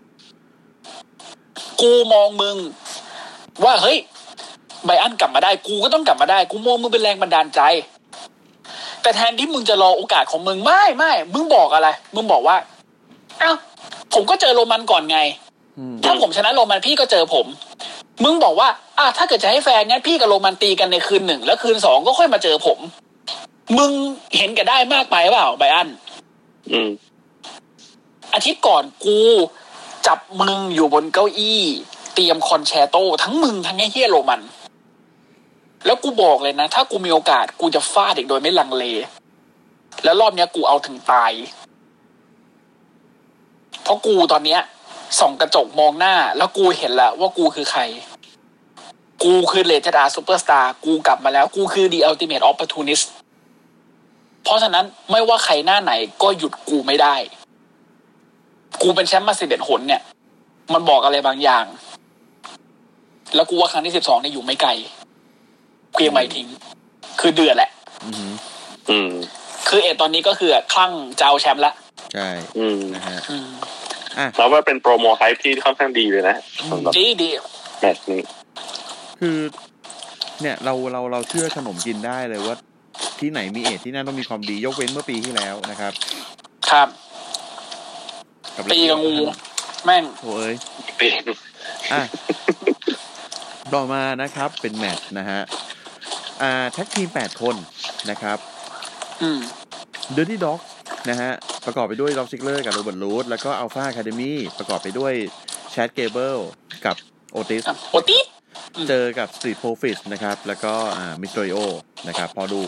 กูมองมึงว่าเฮ้ยไบอันกลับมาได้กูก็ต้องกลับมาได้กูมองมึงเป็นแรงบันดาลใจแต่แทนที่มึงจะรอโอกาสของมึงไม่ไม่มึงบอกอะไรมึงบอกว่าอ้าวผมก็เจอโรมันก่อนไงถ้าผมชนะโรมันพี่ก็เจอผมมึงบอกว่าอ่ะถ้าเกิดจะให้แฟนงั้นพี่กับโรมันตีกันในคืนหนึ่งแล้วคืนสองก็ค่อยมาเจอผมมึงเห็นแก่ได้มากไปเปล่าไบอันอืมอาทิตย์ก่อนกูจับมึงอยู่บนเก้าอี้เตรียมคอนแชร์โต้ทั้งมึงทั้งไอ้เหี้ยโรมันแล้วกูบอกเลยนะถ้ากูมีโอกาสกูจะฟาดอีกโดยไม่ลังเลแล้วรอบเนี้ยกูเอาถึงตายเพราะกูตอนเนี้ยส่องกระจกมองหน้าแล้วกูเห็นแล้วว่ากูคือใครกูคือเลเจนดาร์ซูเปอร์สตาร์กูกลับมาแล้วกูคือ The Ultimate Opportunist เพราะฉะนั้นไม่ว่าใครหน้าไหนก็หยุดกูไม่ได้กูเป็นแชมป์มาสิบเอ็ดหนเนี่ยมันบอกอะไรบางอย่างแล้วกูว่าครั้งที่สิบสองเนี่ยอยู่ไม่ไกลเพียงไม่ทิ้งคือเดือดแหละอืมคือเอ็ดตอนนี้ก็คือคลั่งจะเอาแชมป์ละใช่นะฮะอ่ะเราว่าเป็นโปรโมไทป์ที่ค่อนข้างดีเลยนะดีดีแมตช์นี้คือเนี่ยเราเราเราเชื่อขนมกินได้เลยว่าที่ไหนมีเอทที่นั่นต้องมีความดียกเว้นเมื่อปีที่แล้วนะครับครับตีกับงูแม่งโอ้ยปีอ่ะต่อมานะครับเป็นแมตช์นะฮะอ่าแท็กทีมแปดคนนะครับอืม Dirty Dogs นะฮะประกอบไปด้วยล็อกซิกเลอร์กับโรเบิร์ตรูธแล้วก็อัลฟาอะคาเดมี่ประกอบไปด้วยแชดเกเบิลกับโอติสโอติสเจอกับสตรีทโปรฟิตนะครับแล้วก็อ่ามิสเตอริโอนะครับพอดู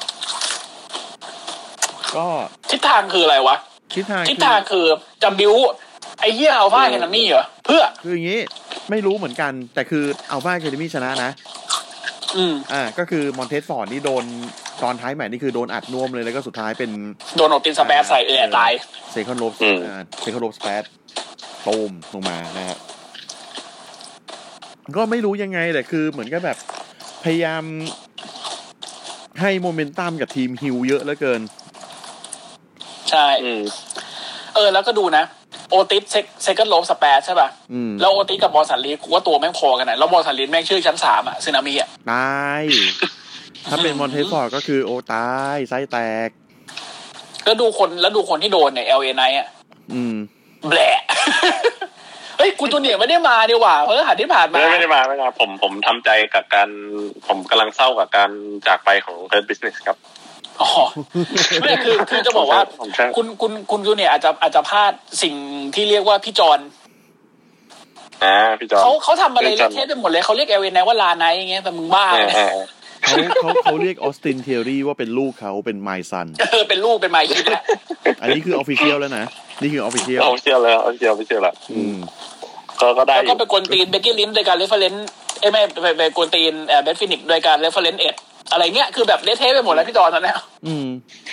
ก็ทิศทางคืออะไรวะทิศทางทิศทางคือจะบิวไอ้เหี้ยอัลฟาอะคาเดมี่เหรอเพื่อคืออย่างงี้ไม่รู้เหมือนกันแต่คืออัลฟาอะคาเดมี่ชนะนะอืมอ่าก็คือมอนเทสฟอร์ดนี่โดนตอนท้ายแมตช์นี่คือโดนอัดน่วมเลยแล้วก็สุดท้ายเป็นโดนออกตินสเปซใส่เอตายเซคันด์โลบอ่าเซคันด์โลบสเปซตูมลงมานะฮะก็ไม่รู้ยังไงแต่คือเหมือนกับแบบพยายามให้โมเมนตัมกับทีมฮิวเยอะเหลือเกินใช่เออแล้วก็ดูนะโอติสเซคันด์โลสแปร์ใช่ป่ะแล้วโอติสกับบอลสันลีกูว่าตัวแม่งพอกันนะแล้วบอลสันลีแม่งชื่อชั้นสามอะซึนามิอะตายถ้าเป็นมอนเทสฟอร์ดก็คือโอตายไส้แตกแล้วดูคนแล้วดูคนที่โดนเนี่ย แอล เอ Knight อ่ะอืมแบะเฮ้ยกูตัวเนี่ยไม่ได้มาดีกว่าเพราะหัดที่ผ่านมาไม่ได้มาไม่ได้มาผมผมทำใจกับการผมกำลังเศร้ากับการจากไปของ Hurt Business ครับอ๋อไม่คือคือจะบอกว่าคุณคุณคุณจูเนี่ยอาจจะอาจจะพลาดสิ่งที่เรียกว่าพี่จอนอ่าพี่จอนเขาเขาทำอะไรเละเทะไปหมดเลยเขาเรียก แอล เอ Knight ว่าลาไนท์อย่างเงี้ยแต่มึงบ้าเขาเขาเขาเรียกออสตินเทอรี่ว่าเป็นลูกเขาเป็นไมซันเออเป็นลูกเป็นไมคิดนะอันนี้คือออฟฟิเชียลแล้วนะนี่คือออฟฟิเชียลออฟฟิเชียลแล้วออฟฟิเชียลออฟฟิเชียลละอืมก็ก็ได้แล้วก็ไปกวนตีนเบกกี้ลินโดยการเรฟเฟอเรนซ์เอ้ยไม่ไปไปกวนตีนเอ่อเบธฟินิกโดยการเรฟเฟอเรนซ์เอ็ดอะไรเงี้ยคือแบบเละเทะไปหมดแล้วพี่จอนตอนนี้อืม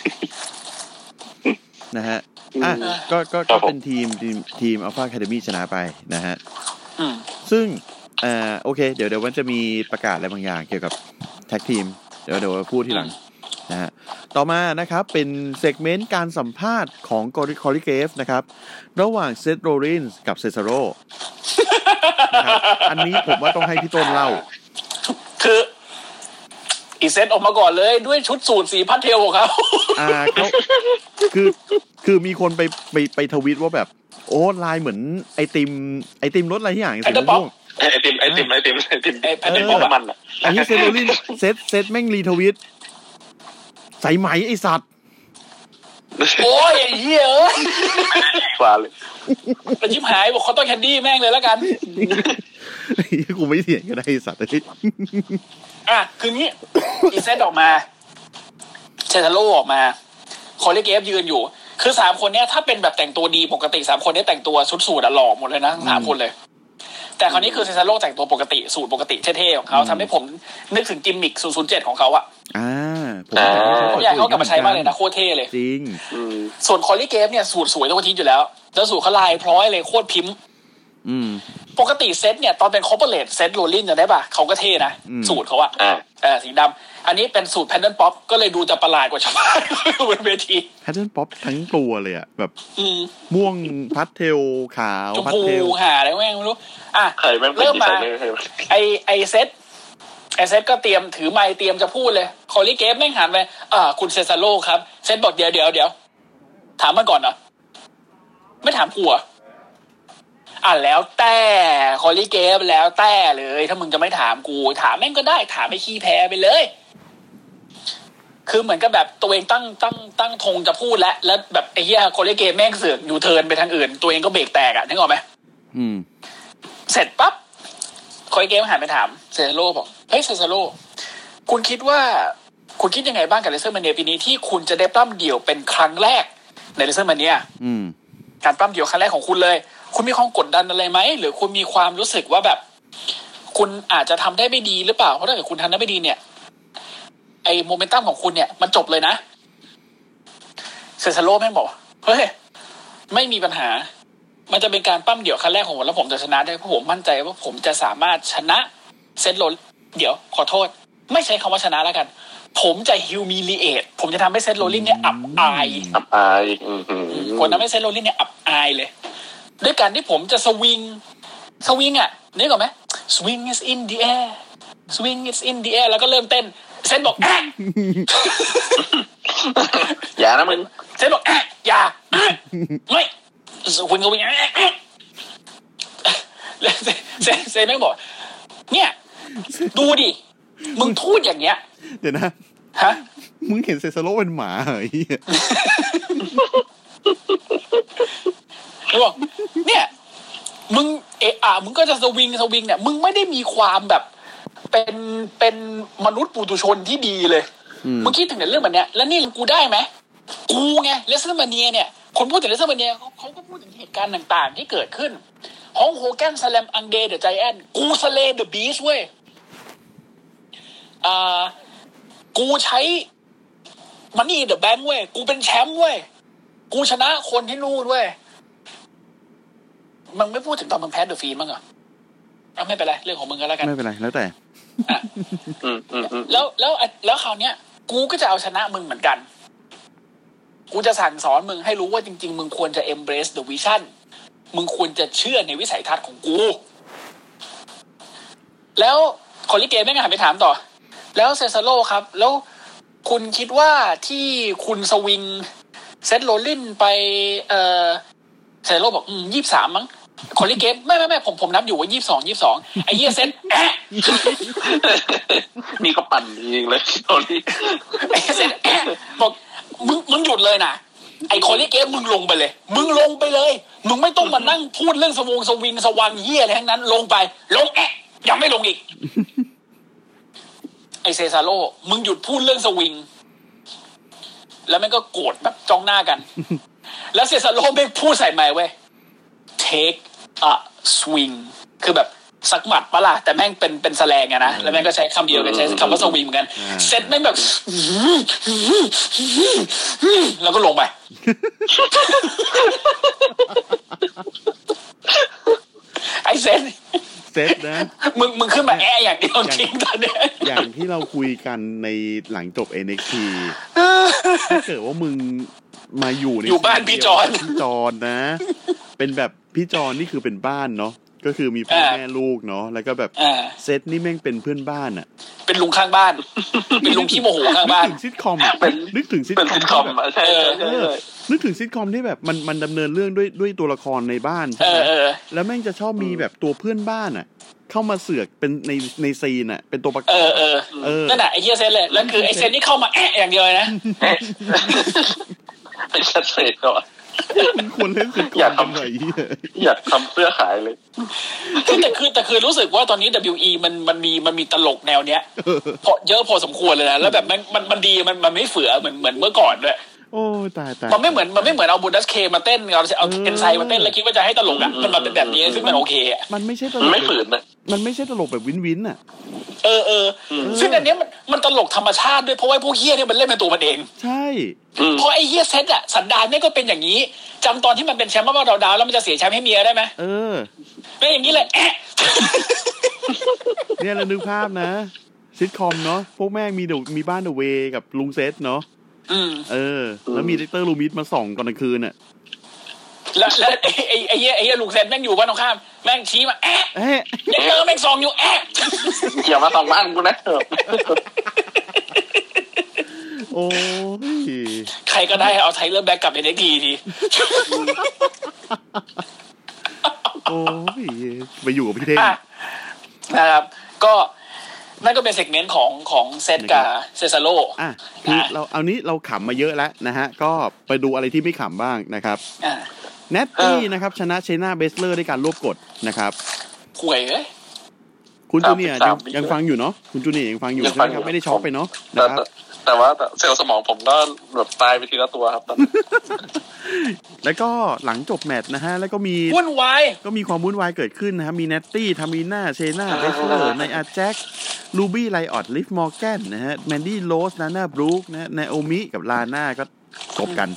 นะฮะอ่ะก็ก็ก็เป็นทีมทีมทีมอัลฟาอะคาเดมี่ชนะไปนะฮะอืมซึ่งอ่าโอเคเดี๋ยวเดี๋ยวมันจะมีประกาศอะไรบางอย่างเกี่ยวกับแท็กทีมเดี๋ยวเดี๋ยวพูดทีหลังนะฮะต่อมานะครับเป็นเซกเมนต์การสัมภาษณ์ของกอริคอริเกฟนะครับระหว่างเซธโรลลินส์กับเซซาโร่นะครับอันนี้ผมว่าต้องให้พี่ต้นเล่าคืออีเซตออกมาก่อนเลยด้วยชุดสูทสีพัดเทลของเขาอ่าเขาคือคือมีคนไปไปไปทวีตว่าแบบโอ้ลายเหมือนไอติมไอติมรสอะไรที่อย่างสีม่วงไอติมไอติมไอติมไอติมไอติมมันอ่ะอันนี้เซธโรลลินเซตเซตแม่งรีทวีตใส่ไหมไอสัตว์โอ้ยไอ้เหี้ยเอ้ยกว่าเลยเป็นชิบหายบอกเขาต้องแคนดี้แม่งเลยแล้วกันกูไม่เถียงก็ได้ไอสัตว์เลยอ่ะคืองี้อีเซตออกมาเซซาโร่ออกมาคอริเกฟยืนอยู่คือสามคนเนี้ยถ้าเป็นแบบแต่งตัวดีปกติสามคนนี้แต่งตัวชุดสูทอะหล่อหมดเลยนะทั้งสามคนเลยแต่คราวนี้คือเซซาโร่แต่งตัวปกติสูทปกติเท่ๆของเขาทำให้ผมนึกถึงกิมมิคศูนย์ศูนย์เจ็ดของเขาอะอ่าผมอยากเขากลับมาใช้มากเลยนะโคตรเท่เลยจริงส่วนคอริเกฟเนี่ยสูทสวยทุกทีอยู่แล้วแล้วสูทเขาลายพร้อยเลยโคตรพิมพ์ปกติเซตเนี่ยตอนเป็นคอร์ปอเรทเซตโรลลินจะได้ป่ะเขาก็เท่นะสูตรเขาอะเออสีดำอันนี้เป็นสูตรแพนเดิลป๊อปก็เลยดูจะประหลาดกว่าชาวบ้านบนเวทีแพนเดิลป๊อปทั้งตัวเลยอะแบบม่วงพัสเทลขาวพัสเทลหาอะไรแม่งไม่รู้อ่ะเริ่มมาไอไอเซตไอเซตก็เตรียมถือไมค์เตรียมจะพูดเลยคอริเกฟแม่งหันไปอ่าคุณเซซาโร่ครับเซตบอกเดี๋ยวเดี๋ยวเดี๋ยวถามมันก่อนเหรอไม่ถามกูอ่ะอ่ะแล้วแต่คอริเกฟแล้วแต่เลยถ้ามึงจะไม่ถามกูถามแม่งก็ได้ถามไม่ขี้แพ้ไปเลยคือเหมือนกับแบบตัวเองตั้งตั้งตั้งธงจะพูดแล้วแล้วแบบไอ้เหี้ยคอริเกฟแม่งเสือกยูเทิร์นไปทางอื่นตัวเองก็เบรกแตกอ่ะนึกออกไหมอืมเสร็จปั๊บคอริเกฟหันไปถามเซซาโร่บอกเฮ้ยเซซาโร่คุณคิดว่าคุณคิดยังไงบ้างกับเลเซอร์มาเนียปีนี้ที่คุณจะได้ปล้ำเดี่ยวเป็นครั้งแรกในเลเซอร์มาเนียอืมการปล้ำเดี่ยวครั้งแรกของคุณเลยคุณมีความกดดันอะไรไหมหรือคุณมีความรู้สึกว่าแบบคุณอาจจะทำได้ไม่ดีหรือเปล่าเพราะถ้าเกิดคุณทำได้ไม่ดีเนี่ยไอโมเมนตัมของคุณเนี่ยมันจบเลยนะเซซาโร่แม่งบอกเฮ้ยไม่มีปัญหามันจะเป็นการปั้มเดี่ยวครั้งแรกของผมแล้วผมจะชนะได้เพราะผมมั่นใจว่าผมจะสามารถชนะเซตโรลเดี๋ยวขอโทษไม่ใช้คำว่าชนะแล้วกันผมจะฮิวมิลิเอทผมจะทำให้เซตโรลลินเนี่ยอับอายอับอายผมทำให้เซตโรลลินเนี่ยอับอายเลยด้วยการที่ผมจะสวิงสวิงอ่ะนึกออกไหม swing is in the air swing is in the air แล้วก็เริ่มเต้นเซนบอกแอะอย่านะมึงเซนบอกแอะอย่าไม่คุณก็วิ่งแอะเซนเซนไม่บอกเนี่ยดูดิมึงพูดอย่างเงี้ยเดี๋ยวนะฮะมึงเห็นเซซาโร่เป็นหมาเหรอไอ้เหี้ยเขาบอกเนี่ยมึงเอะอ่ะมึงก็จะสวิงสวิงเนี่ยมึงไม่ได้มีความแบบเป็นเป็นมนุษย์ปุถุชนที่ดีเลยมึงคิดถึงในเรื่องแบบเนี้ยแล้วนี่กูได้ไหมกูไงเลสเตอร์มาเนียเนี่ยคนพูดถึงเลสเตอร์มาเนียเขาเขาก็พูดถึงเหตุการณ์ต่างๆที่เกิดขึ้นฮองโฮแกนสแลมอังเดย์เดอะไจแอนท์กูสเลย์เดอะบีสต์เว้ยอ่ากูใช้มันนี่เดอะแบงค์เว้ยกูเป็นแชมป์เว้ยกูชนะคนที่นู่นเว้ยมึงไม่พูดถึงตอนมึงแพ้เดอะฟีนบ้างเหรออ่ะไม่เป็นไรเรื่องของมึงก็แล้วกันไม่เป็นไรแล้วแต่อ่ะอืมอืมแล้วแล้วแล้วคราวเนี้ยกูก็จะเอาชนะมึงเหมือนกันกูจะสั่งสอนมึงให้รู้ว่าจริงๆมึงควรจะ embrace the vision มึงควรจะเชื่อในวิสัยทัศน์ของกูแล้วคอลลิเกมไม่งานไปถามต่อแล้วเซซาโลครับแล้วคุณคิดว่าที่คุณสวิงเซตโรลลินไปเอ่อเซซาโลบอกอืมยี่สิบสามมั้งคอลลิเกมไม่ไม่ไม่ผมผมนับอยู่ว่ายี่สิบสอง ยี่สิบสองไอ้เหี้ยเซตแอะนี่ก็ปั่นจริงเลยตอนนี้ไอ้เซตแอะบอกมึงมึงหยุดเลยนะไอ้คอลลิเกมมึงลงไปเลยมึงลงไปเลยมึงไม่ต้องมานั่งพูดเรื่องสวงสวิงสว่างเหี้ยอะไรทั้งนั้นลงไปลงแอะยังไม่ลงอีกไอเซซาโลมึงหยุดพูดเรื่องสวิงแล้วมันก็โกรธแบบจ้องหน้ากันแล้วเซซาโลไม่พูดใส่ไมค์เว้ย take a swing คือแบบสักหมัดปะล่ะแต่แม่งเป็นเป็นแสลงอะนะแล้วแม่งก็ใช้คำเดียวกันใช้คำว่าสวิงเหมือนกันเซตแม่งแบบแล้วก็ลงไปไอเซตเซตนะมึงมึงขึ้นมาแอะอย่างเดียวจริงตอนนี้อย่างที่เราคุยกันในหลังจบ เอ็น เอ็กซ์ ที ถ้าเกิดว่ามึงมาอยู่ในอยู่บ้านพี่จอนพี่จอนนะเป็นแบบพี่จอนนี่คือเป็นบ้านเนาะก็คือมีพ่อแม่ลูกเนาะแล้วก็แบบเซตนี่แม่งเป็นเพื่อนบ้านอ่ะเป็นลุงข้างบ้านเป็นลุงขี้โมโหข้างบ้านนึกถึงซิทคอมนึกถึงซิทคอมแบบใช่นึกถึงซิทคอมที่แบบมันมันดำเนินเรื่องด้วยด้วยตัวละครในบ้านใช่ไหมแล้วแม่งจะชอบมีแบบตัวเพื่อนบ้านอ่ะเข้ามาเสือกเป็นในในซีนอ่ะเป็นตัวประกอบเออเออเออนั่นแหละไอ้เหี้ยเซนเลยแล้วคือไอ้เซนนี่เข้ามาแอะอย่างเดียวนะไอ้ชัดเจนก่อนมันควรเล่นซิทคอมกันหน่อยอยากทำเพื่อขายเลยคือแต่คือแต่คือรู้สึกว่าตอนนี้ ดับเบิลยู อี มันมันมีมันมีตลกแนวเนี้ยพอเยอะพอสมควรเลยนะแล้วแบบมันมันมันดีมันมันไม่เฟื่อเหมือนเหมือนเมื่อก่อนด้วยโอ้ตายตายมันไม่เหมือนมันไม่เหมือนเอาบูดัสเคมาเต้นเอาเอาเอนไซมาเต้นแล้วคิดว่าจะให้ตลกอ่ะมันมาเป็นแบบนี้ซึ่งมันโอเคอ่ะมันไม่ใช่ตลกไม่ฝืนนะมันไม่ใช่ตลกแบบวินวินอ่ะเออเออซึ่งอันนี้มันมันตลกธรรมชาติด้วยเพราะว่าพวกเฮี้ยเนี่ยมันเล่นเป็นตัวมันเองใช่เพราะไอ้เฮี้ยเซตอ่ะสันดานเนี่ยก็เป็นอย่างนี้จำตอนที่มันเป็นแชมป์บ้าดาวๆแล้วมันจะเสียแชมป์ให้เมียได้ไหมเออเป็นอย่างนี้เลยแอะเนี่ยเรานึกภาพนะซิทคอมเนาะพวกแม่งมีเดมีบ้านเดอะเวย์กับลุงเซตเนาะเออแล้วมีดีเตอร์ลูมิดมาส่องตอนกลางคืนน่ะแล้วแล้วไอ้ไอ้ไอ้ไอ้ลุงเซนแม่งอยู่บ้านตรงข้ามแม่งชี้มาแอะเอ๊ะดีเตอร์แม่งส่องอยู่แอะเกี่ยวมาส่องบ้านกูนะโอ้ยใครก็ได้เอาไทเลอร์แบ็กกลับไปได้ทีทีโอ้ยไปอยู่กับพี่เท่งนะครับก็นั่นก็เป็นเซกเมนต์ของของเซตกับเซซาโลอ่ะคือเราเอานี้เราขำมาเยอะแล้วนะฮะก็ไปดูอะไรที่ไม่ขำบ้างนะครับเนตตี้นะครับชนะเชน่าเบสเลอร์ด้วยการรวบกดนะครับห่วยเอ้ยคุณจูเนียร์ยังยังฟังอยู่เนาะคุณจูเนียร์ยังฟังอยู่ใช่ไหมครับไม่ได้ช็อกไปเนาะนะครับแต่ว่าเซลล์สมองผมก็แบบตายไปทีละตัวครับแล้วก็หลังจบแมตช์นะฮะแล้วก็มีวุ่นวายก็มีความวุ่นวายเกิดขึ้นนะครับมีเนตตี้ทามีน่าเชน่าเบสเลอร์ในอาแจ็คลูบี้ไลออดลิฟมอร์แกนนะฮะแมนดี้โรสนาน่าบรูคนะนาโอมิกับลาน่าก็จบกัน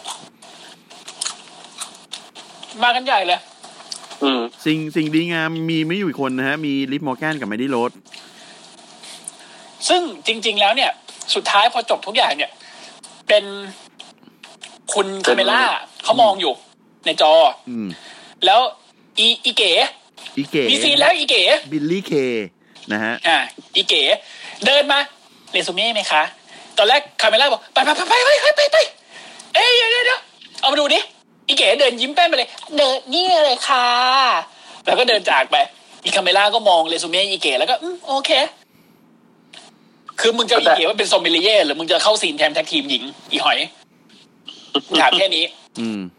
มากันใหญ่เลยสิ่งสิ่งดีงามมีไม่อยู่อีกคนนะฮะมีลิฟมอร์แกนกับแมนดี้โรสซึ่งจริงๆแล้วเนี่ยสุดท้ายพอจบทุกอย่างเนี่ยเป็นคุณคาเมล่าเขามองอยู่ในจอแล้วอีอีเก๋อีเก๋มีซีนแล้วอีเก๋บิลลี่เคนะฮะอ่าอีเก๋เดินมาเรซูเม่ไหมคะตอนแรกคาเมล่าบอกไปไปไปไปไปไปไปเอ้ยเดี๋ยวเดี๋ยวเอามาดูดิอีเก๋เดินยิ้มแป้นไปเลยเดินนี่เลยค่ะแล้วก็เดินจากไปอีคาเมล่าก็มองเรซูเม่อีเก๋แล้วก็อืมโอเคคือมึงจะอีเก๋ว่าเป็นซอมเบลิเย่หรือมึงจะเข้าซีนแทนแท็กทีมหญิงอีหอยถามแค่นี้อืม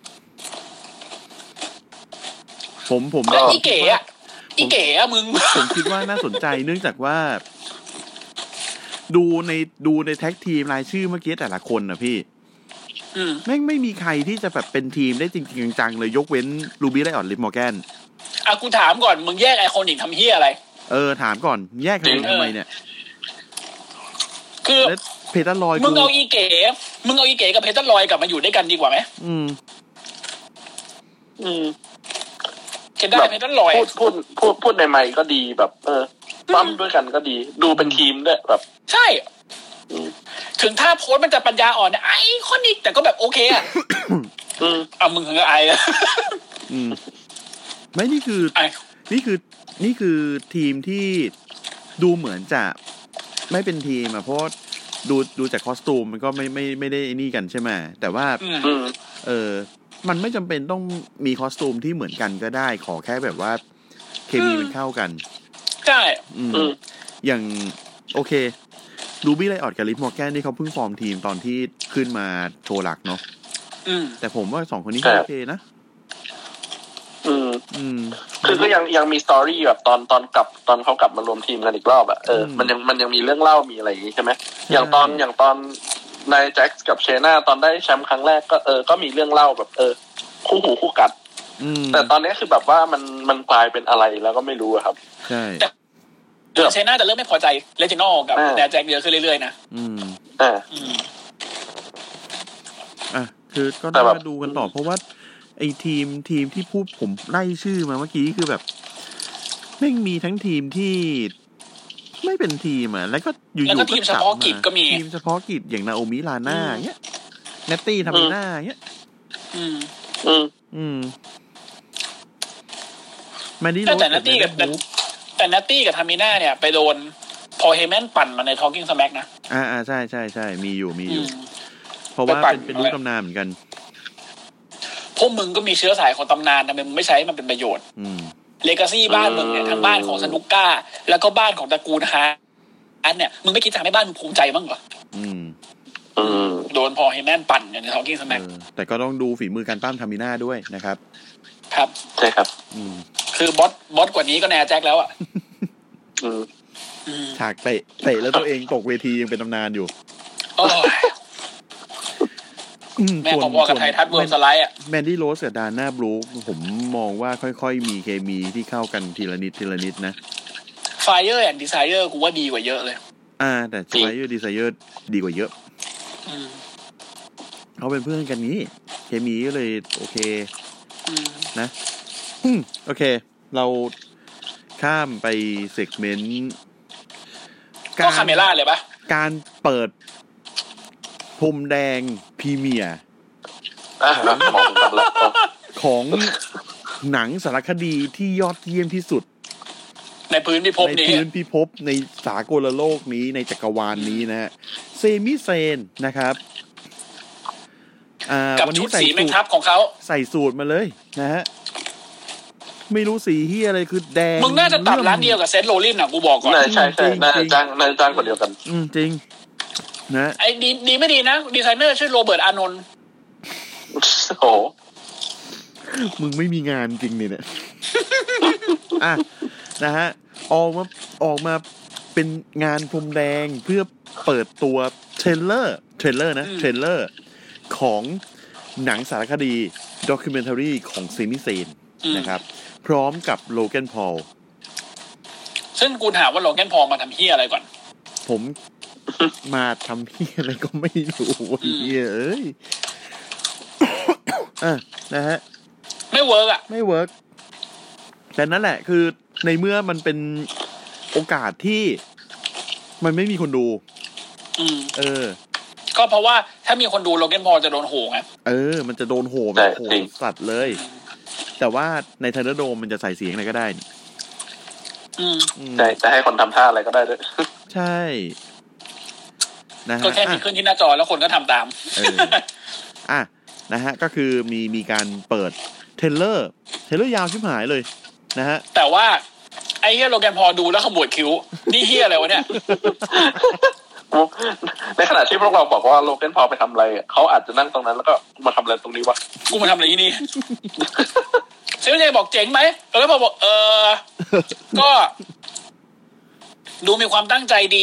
ผมผมแล้วอีเก๋อะอีเก๋อะมึงผมคิดว่าน่าสนใจเนื่องจากว่าดูในดูในแท็กทีมรายชื่อเมื่อกี้แต่ละคนนะพี่แม่งไม่มีใครที่จะแบบเป็นทีมได้จริงๆจังๆเลยยกเว้นลูบี้ไลออดลิฟมอร์แกนอ่ะกูถามก่อนมึงแยกไอคอนิกทำเหี้ยอะไรเออถามก่อนแยกทำไมเนี่ยคือเพเทอร์ลอยมึงเอาอีเก๋มึงเอาอีเก๋กับเพเทอร์ลอยกลับมาอยู่ด้วยกันดีกว่าไหมอืมอืมเคนด้าเพชรนั่นลอยพูดพูดพูดพูดในไมค์ก็ดีแบบเออปั้มด้วยกันก็ดีดูเป็นทีมด้วยแบบใช่ถึงถ้าโพสมันจะปัญญาอ่อนไอ้คนนี้แต่ก็แบบโอเคอ่ะอืมอ่ะมึงถึงก็ไอ้อืมไม่นี่คือนี่คือนี่คือทีมที่ดูเหมือนจะไม่เป็นทีมอ่ะเพราะดูดูจากคอสตูมมันก็ไม่ไม่ไม่ได้นี่กันใช่ไหมแต่ว่าเออมันไม่จำเป็นต้องมีคอสตูมที่เหมือนกันก็ได้ขอแค่แบบว่าเคมีมันเข้ากันใช่อย่างโอเครูบี้ไลออดกับลิฟมอร์แกนนี่เขาเพิ่งฟอร์มทีมตอนที่ขึ้นมาโชว์หลักเนาะแต่ผมว่าสองคนนี้ก็โอเคนะอืมอืมคือก็ยังยังมีสตอรี่แบบตอนตอนกลับตอนเขากลับมารวมทีมกันอีกรอบอะเออมันยังมันยังมีเรื่องเล่ามีอะไรอย่างงี้ใช่ไหมอย่างตอนอย่างตอนนายแจ็คกับเชน่าตอนได้แชมป์ครั้งแรกก็เออก็มีเรื่องเล่าแบบเออคู่หูคู่กัดแต่ตอนนี้คือแบบว่ามันมันกลายเป็นอะไรแล้วก็ไม่รู้อะครับใช่เชน่าจะเริ่มไม่พอใจเลจิโน่กับนายแจ็คเยอะขึ้นเรื่อยๆนะอืมอ่าอ่ะคือก็ต้องมาดูกันต่อเพราะว่าไอ้ทีมทีมที่พูดผมไล่ชื่อมาเมื่อกี้คือแบบแม่งมีทั้งทีมที่ไม่เป็นทีมอ่ะแล้วก็อยู่ๆก็ทีมเฉพาะกิจก็มีทีมเฉพาะกิจอย่างนาโอมิลาน่าเงี้ยเนตตี้ทามิน่าเงี้ยอืมอืมอืมแมนดี้โรสแต่เนตตี้กับแต่เนตตี้กับทามิน่าเนี่ยไปโดนพอเฮแมนปั่นมาใน Talking Smack นะอ่าๆใช่ๆๆมีอยู่มีอยู่เพราะว่าเป็นเป็นลูกตำนานเหมือนกันพวกมึงก็มีเชื้อสายของตำนานทำไมมึงไม่ใช้มันเป็นประโยชน์เลกาซี่บ้านมึงเนี่ยทั้งบ้านของสนุกก้าแล้วก็บ้านของตระกูลฮาอันเนี่ยมึงไม่คิดทำให้บ้านมึงภูมิใจบ้างเหรอโดนพอเฮแมนปั่นอย่างใน Talking Smack แต่ก็ต้องดูฝีมือการปั้มทามิน่าด้วยนะครับครับใช่ครับคือบอสบอสกว่านี้ก็แนแจ็คแล้วอ่ะฉากเตะเตะแล้วตัวเองตกเวทียังเป็นตำนานอยู่แม่พอๆกับไททัสเวิร์มสไลด์อ่ะแมนดี้โรสกับดาน่าบลูคผมมองว่าค่อยๆมีเคมีที่เข้ากันทีละนิดทีละนิดนะ Fire and Desire กูว่าดีกว่าเยอะเลยอ่าแต่ Fire Desire ดีกว่าเยอะเขาเป็นเพื่อนกันนี้เคมีก็เลยโอเคนะโอเคเราข้ามไปเซกเมนต์ก็คาเมล่าเลยปะการเปิดพรมแดงพรีเมียร์ของหนังสารคดีที่ยอดเยี่ยมที่สุดในพื้นพิภพนี้ในพื้นพิภพในสากลโลกนี้ในจักรวาลนี้นะฮะเซมิเซนนะครับอ่าวันนี้ใส่สูทของเขาใส่สูทมาเลยนะฮะไม่รู้สีเหี้ยอะไรคือแดงมึงน่าจะตัดร้านเดียวกับเซนต์โรลลินน่ะกูบอกก่อนใช่ๆน่าจะจ้างน่าจะจ้างคนเดียวกันอืมจริงนะไอ้ดีดีไม่ดีนะดีไซเนอร์ชื่อโรเบิร์ตอานนท์โอ้มึงไม่มีงานจริงนี่เนี่ยอ่ะนะฮะออกมาออกมาเป็นงานพรมแดงเพื่อเปิดตัวเทรลเลอร์เทรลเลอร์นะเทรลเลอร์ของหนังสารคดีด็อกิวเมนทารีของเซมิเซนนะครับพร้อมกับโลแกนพอลซึ่งกูถามว่าโลแกนพอลมาทำเหี้ยอะไรก่อนผมมาทำเหี้ยอะไรก็ไม่รู้เหี้ยเอ้ยอ่ะนะฮะไม่เวิร์กอ่ะไม่เวิร์กแต่นั่นแหละคือในเมื่อมันเป็นโอกาสที่มันไม่มีคนดูเออก็เพราะว่าถ้ามีคนดูโลแกนพอลจะโดนโหงไงเออมันจะโดนโหแบบโหสัตว์เลยแต่ว่าในไทเลอร์โดมมันจะใส่เสียงอะไรก็ได้ใช่จะให้คนทำท่าอะไรก็ได้ด้วยใช่นะฮะก็แค่มีขึ้นที่หน้าจอแล้วคนก็ทำตามอ่ะนะฮะก็คือมีมีการเปิดเทเลอร์เทเลอร์ยาวชิบหายเลยนะฮะแต่ว่าไอ้เฮียโลแกนพอลดูแล้วขมวดคิ้วนี่เฮียอะไรวะเนี่ยในขณะที่พวกเราบอกว่าโลแกนพอลไปทำอะไรเขาอาจจะนั่งตรงนั้นแล้วก็มาทำอะไรตรงนี้วะกูมาทำอะไรที่นี่เซมิเซนบอกเจ๋งไหมโลแกนพอลบอกเออก็ดูมีความตั้งใจดี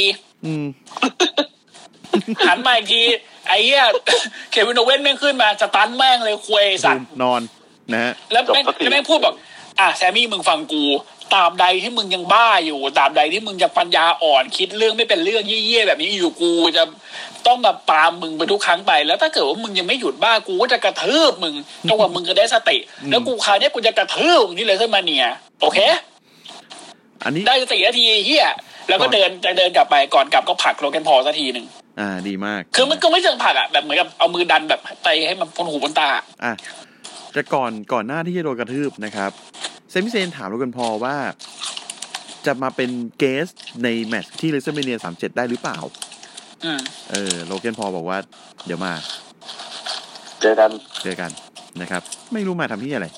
หันมาอีกทีไอ้เหี้ยเควินโอเว่นแม่งขึ้นมาสตันแม่งเลยคุยสัตว์นอนนะฮะแล้วแม่งแล้วแม่งพูดบอกอ่ะแซมมี่มึงฟังกูตราบใดที่มึงยังบ้าอยู่ตราบใดที่มึงยังปัญญาอ่อนคิดเรื่องไม่เป็นเรื่องเยี่ยๆแบบนี้อยู่กูจะต้องมาปามมึงไปทุกครั้งไปแล้วถ้าเกิดว่ามึงยังไม่หยุดบ้ากูก็จะกระทืบมึงจนกว่ามึงจะได้สติแล้วกูคราวนี้กูจะกระทืบมึงนี่เลยขึ้นมาเนี่ยโอเคอันนี้ได้สี่นาทีเฮียแล้วก็เดินจะเดินกลับไปก่อนกลับก็ผลักโลแกนพอลสักทีนึงอ่าดีมากคือมันก็ไม่เชิงผลักอ่ะแบบเหมือนกับเอามือดันแบบไปให้มันพ้นหูพ้นตาอ่ะแต่ก่อนก่อนหน้าที่จะโดนกระทืบนะครับเซมิเซนถามโลแกนพอลว่าจะมาเป็นเกสในแมตช์ที่ WrestleMania สามสิบเจ็ดได้หรือเปล่าอืมเออโลแกนพอลบอกว่าเดี๋ยวมาเจอกันเจอกันนะครับไม่รู้มาทำที่อะไร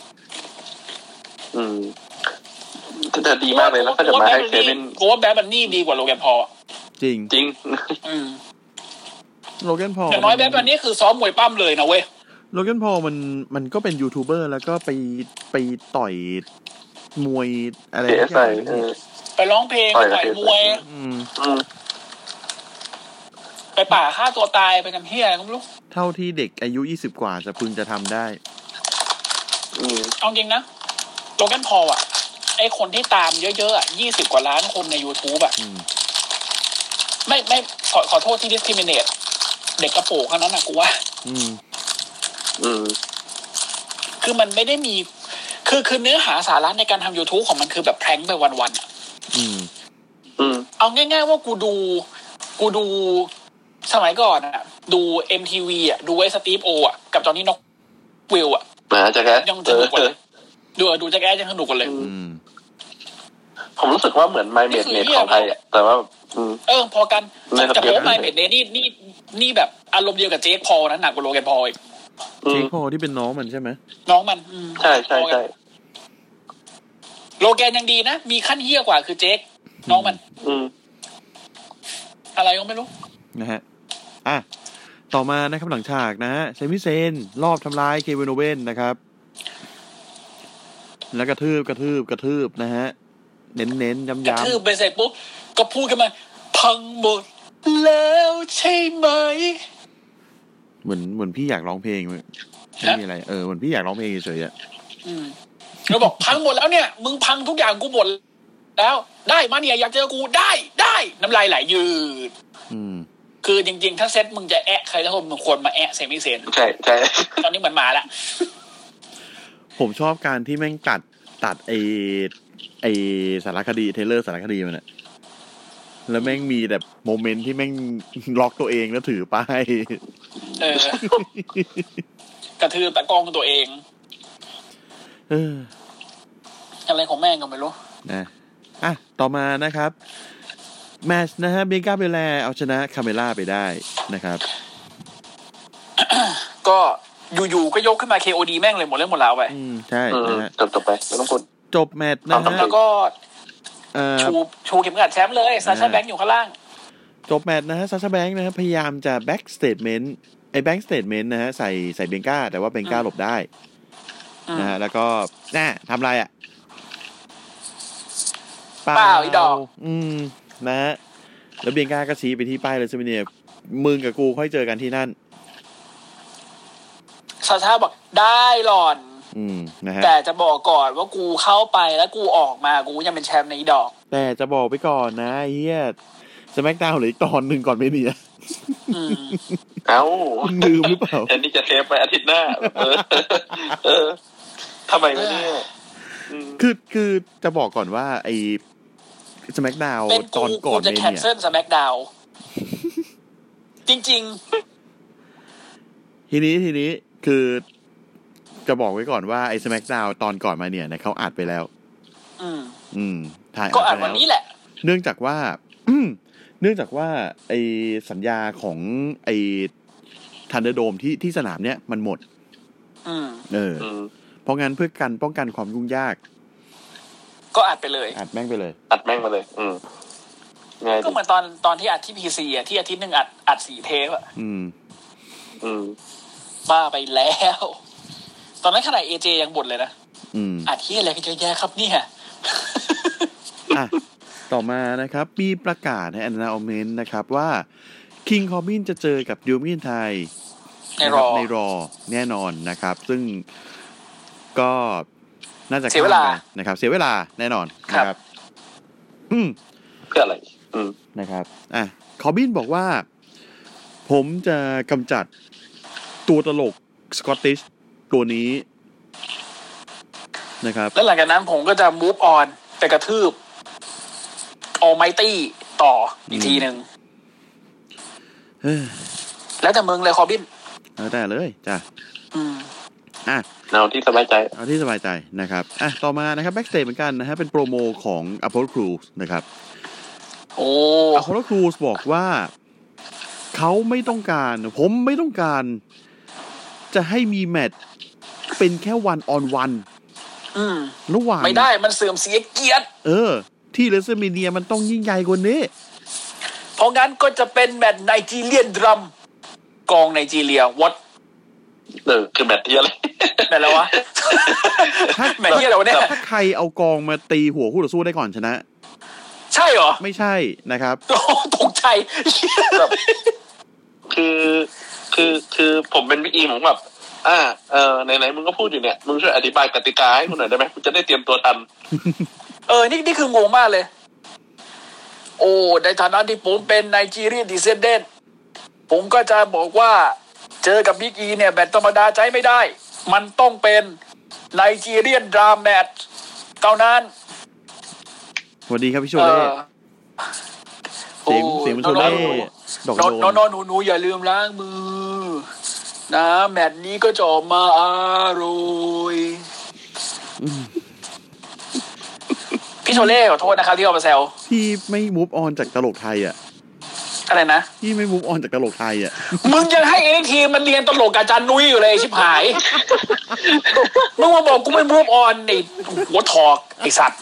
อืมจะดีมากเลยแล้วก็จะมาให้เควินกูว่าแบดบันนี่ดีกว่าโลแกนพอลจริงจริงอืมโลแกนพอลอย่างน้อยแบดบันนี่คือซ้อมมวยปั้มเลยนะเว้ยโลแกนพอลมันมันก็เป็นยูทูบเบอร์แล้วก็ไปไปต่อยมวยอะไรอย่างเงี้ยไปร้องเพลงต่อยมวยอืมไปป่าฆ่าตัวตายไปทำเหี้ยอะไรก็ไม่รู้เท่าที่เด็กอายุยี่สิบกว่าจะพึงจะทำได้อืมเอาจริงนะโลแกนพอลอ่ะไอคนที่ตามเยอะๆอ่ะยี่สิบกว่าล้านคนใน YouTube อ่ะไม่ไม่ขอขอโทษที่ discriminate เด็กกระโปรงเท่านั้นน่ะกูว่าอืมอืมคือมันไม่ได้มีคือคือเนื้อหาสาระในการทำ YouTube ของมันคือแบบแพร่งไปวันๆอ่ะอืมอืมเอาง่ายๆว่ากูดูกูดูสมัยก่อนอ่ะดู เอ็ม ที วี อ่ะดูไอ้สตีฟโออ่ะกับจอห์นนี่น็อกวิลอ่ะนะจ๊ะแกยังสนุกกว่าเลยดูดูจ๊ะแกยังสนุกกว่าเลยผมรู้สึกว่าเหมือนไมเมดเนทของไทยอ่ะแต่ว่าเออพอกันแต่ผมไมเมดเนทนี่นี่นี่แบบอารมณ์เดียวกับเจคพอลนะหนักกว่าโลแกนพอลอีกเจคพอลที่เป็นน้องมันใช่ไหมน้องมันใช่ใช่ใช่โลแกนยังดีนะมีขั้นเหี้ยกว่าคือเจคน้องมันอืมอะไรก็ไม่รู้นะฮะอ่ะต่อมานะครับหลังฉากนะฮะเซมิเซนรอบทำลายเควินโอเว่นนะครับแล้วกระทืบกระทืบกระทืบนะฮะเน้นๆย้ำๆกระทืบไปเสร็จปุ๊บก็พูดกันมาพังหมดแล้วใช่ไหมเหมือนเหมือนพี่อยากร้องเพลงไม่มีอะไรเออเหมือนพี่อยากร้องเพลงเฉยๆอ่ะอืมแล้วบอกพังหมดแล้วเนี่ยมึงพังทุกอย่างกูหมดแล้วได้มาเนี่ยอยากเจอกูได้ได้น้ำลายไหลยืดอืมคือจริงๆถ้าเซตมึงจะแอะใครแล้วมึงควรมาแอะเซมิเซนใช่ใช่ตอนนี้เหมือนมาละผมชอบการที่แม่งตัดตัดไอไอสารคดีเทเลอร์สารคดีมันอะแล้วแม่งมีแบบโมเมนต์ที่แม่งล็อกตัวเองแล้วถือป้ายเออกระทืบตะกล้องตัวเองเอออะไรของแม่งก็ไม่รู้นะอ่ะต่อมานะครับแมตช์นะฮะเบก้าเบลแลเอาชนะคาเมล่าไปได้นะครับก็อยู่ๆก็ยกขึ้นมา เค โอ ดี แม่งเลยหมดเรื่องหมดราวไปอืมใช่นะฮะจบๆไปไม่ต้องพูดจบแมตช์นะฮะแล้วก็ชูชูเข็มขัดแชมป์เลยซาชาแบงค์อยู่ข้างล่างจบแมตช์นะฮะซาชาแบงค์นะฮะพยายามจะแบ็กสเตทเมนต์ไอ้แบ็กสเตทเมนต์นะฮะใส่ใส่เบงก้าแต่ว่าเบงก้าหลบได้นะฮะแล้วก็น่ะทำไรอ่ะเปล่าอีดอกอืมนะฮะแล้วเบงก้าก็ชี้ไปที่ป้ายเลยใช่ไหมเนี่ยมึงกับกูค่อยเจอกันที่นั่นซาชาบอกได้หล่อนอืมนะฮะแต่จะบอกก่อนว่ากูเข้าไปแล้วกูออกมากูยังเป็นแชมป์ในอีดอกแต่จะบอกไปก่อนนะเฮียสแมคดาวน์เหลืออีกตอนนึงก่อนไม่เนี่ยอืมเอ้าลืมหรือเปล่าแทนที่จะเทปไปอาทิตย์หน้าเออเออทำไมวะเนี่ยคือคือจะบอกก่อนว่าไอ้สแมคดาวน์ตอนก่อนเนี่ยจะแคนเซิลสแมคดาวน์จริงๆทีนี้ทีนี้คือจะบอกไว้ก่อนว่าไอ้ SmackDown ตอนก่อนมาเนี่ยนะเขาอัดไปแล้วอืมอืมถ่ายก็อัดวันนี้แหละเนื่องจากว่าเนื่องจากว่าไอ้สัญญาของไอ้ Thunderdome ที่ที่สนามเนี้ยมันหมดอืมเออเพราะงั้นเพื่อกันป้องกันความยุ่งยากก็อัดไปเลยอัดแม่งไปเลยอัดแม่งมาเลยอืมก็เหมือนตอนตอนที่อัดที่ พี ซี อ่ะที่อาทิตย์นึงอัดอัดสี่เทปอ่ะอืมอืมบ้าไปแล้วตอนนั้นขนาด เอ เจ ยังบ่นเลยนะอืมอัดเหี้ยอะไรกันเยอะแยะครับเนี่ยอ่ะต่อมานะครับมีประกาศใน announcement นะครับว่า King Corbin จะเจอกับดิวมินไทยในรอในรอแน่นอนนะครับซึ่งก็น่าจะเสียเวลานะครับเสียเวลาแน่นอนนะครับอืมเพื่ออะไรอืมนะครับอ่ะคอบินบอกว่าผมจะกำจัดตัวตลกสกอตติชตัวนี้นะครับแล้วหลังจากนั้นผมก็จะ move on ไปกระทืบ Almighty ต่ออีกทีนึงแล้วแต่มึงเลยคอบินแล้วแต่เลยจ้ะอืมอ่ะเอาที่สบายใจเอาที่สบายใจนะครับอ่ะต่อมานะครับแบ็กสเตจเหมือนกันนะฮะเป็นโปรโมของ Apollo Crews นะครับโอ้ Apollo Crews บอกว่าเขาไม่ต้องการผมไม่ต้องการจะให้มีแมตช์เป็นแค่วันออนวันอืมระหว่างไม่ได้มันเสื่อมเสียเกียรติเออที่เรสเซอร์เมเนียมันต้องยิ่งใหญ่กว่านี้เพราะงั้นก็จะเป็นแมตช์ไนจีเรียนดรัมกองไนจีเรียวอตเออคือแมตช์ที่อะไรแมตช์อะไรวะแมตช์ที่อะไรวะเนี่ยถ้าใครเอากองมาตีหัวคู่ต่อสู้ได้ก่อนชนะใช่เหรอไม่ใช่นะครับโอ้ตกใจคือคือคือผมเป็นบิ๊กอีผมแบบอ่าเออไหนๆมึงก็พูดอยู่เนี่ยมึงช่วยอธิบายกติกาให้กูหน่อยได้ไหมกูจะได้เตรียมตัวทันเออนี่นี่คืองงมากเลยโอ้ในฐานะที่ผมเป็นไนจีเรียนดิเซนเดนต์ผมก็จะบอกว่าเจอกับบิ๊กอีเนี่ยแมตช์ธรรมดาใจไม่ได้มันต้องเป็นไนจีเรียนดราม่าแมตช์เท่านั้นสวัสดีครับพี่โชเล่เสียงเสียงมันโชเล่ดอกโดนน้องๆหนูๆอย่าลืมล้างมือนะแมตช์นี้ก็จะออกมาอร่อยพี่โชเล่ขอโทษนะครับที่เอามาแซวพี่ไม่มูฟออนจากตลกไทยอ่ะอะไรนะพี่ไม่มูฟออนจากตลกไทยอ่ะมึงยังให้ไอ้ทีมมันเรียนตลกกับอาจารย์นุ้ยอยู่เลยชิบหายมึงมาบอกกูไม่มูฟออนไอ้หัวถอกไอ้สัตว์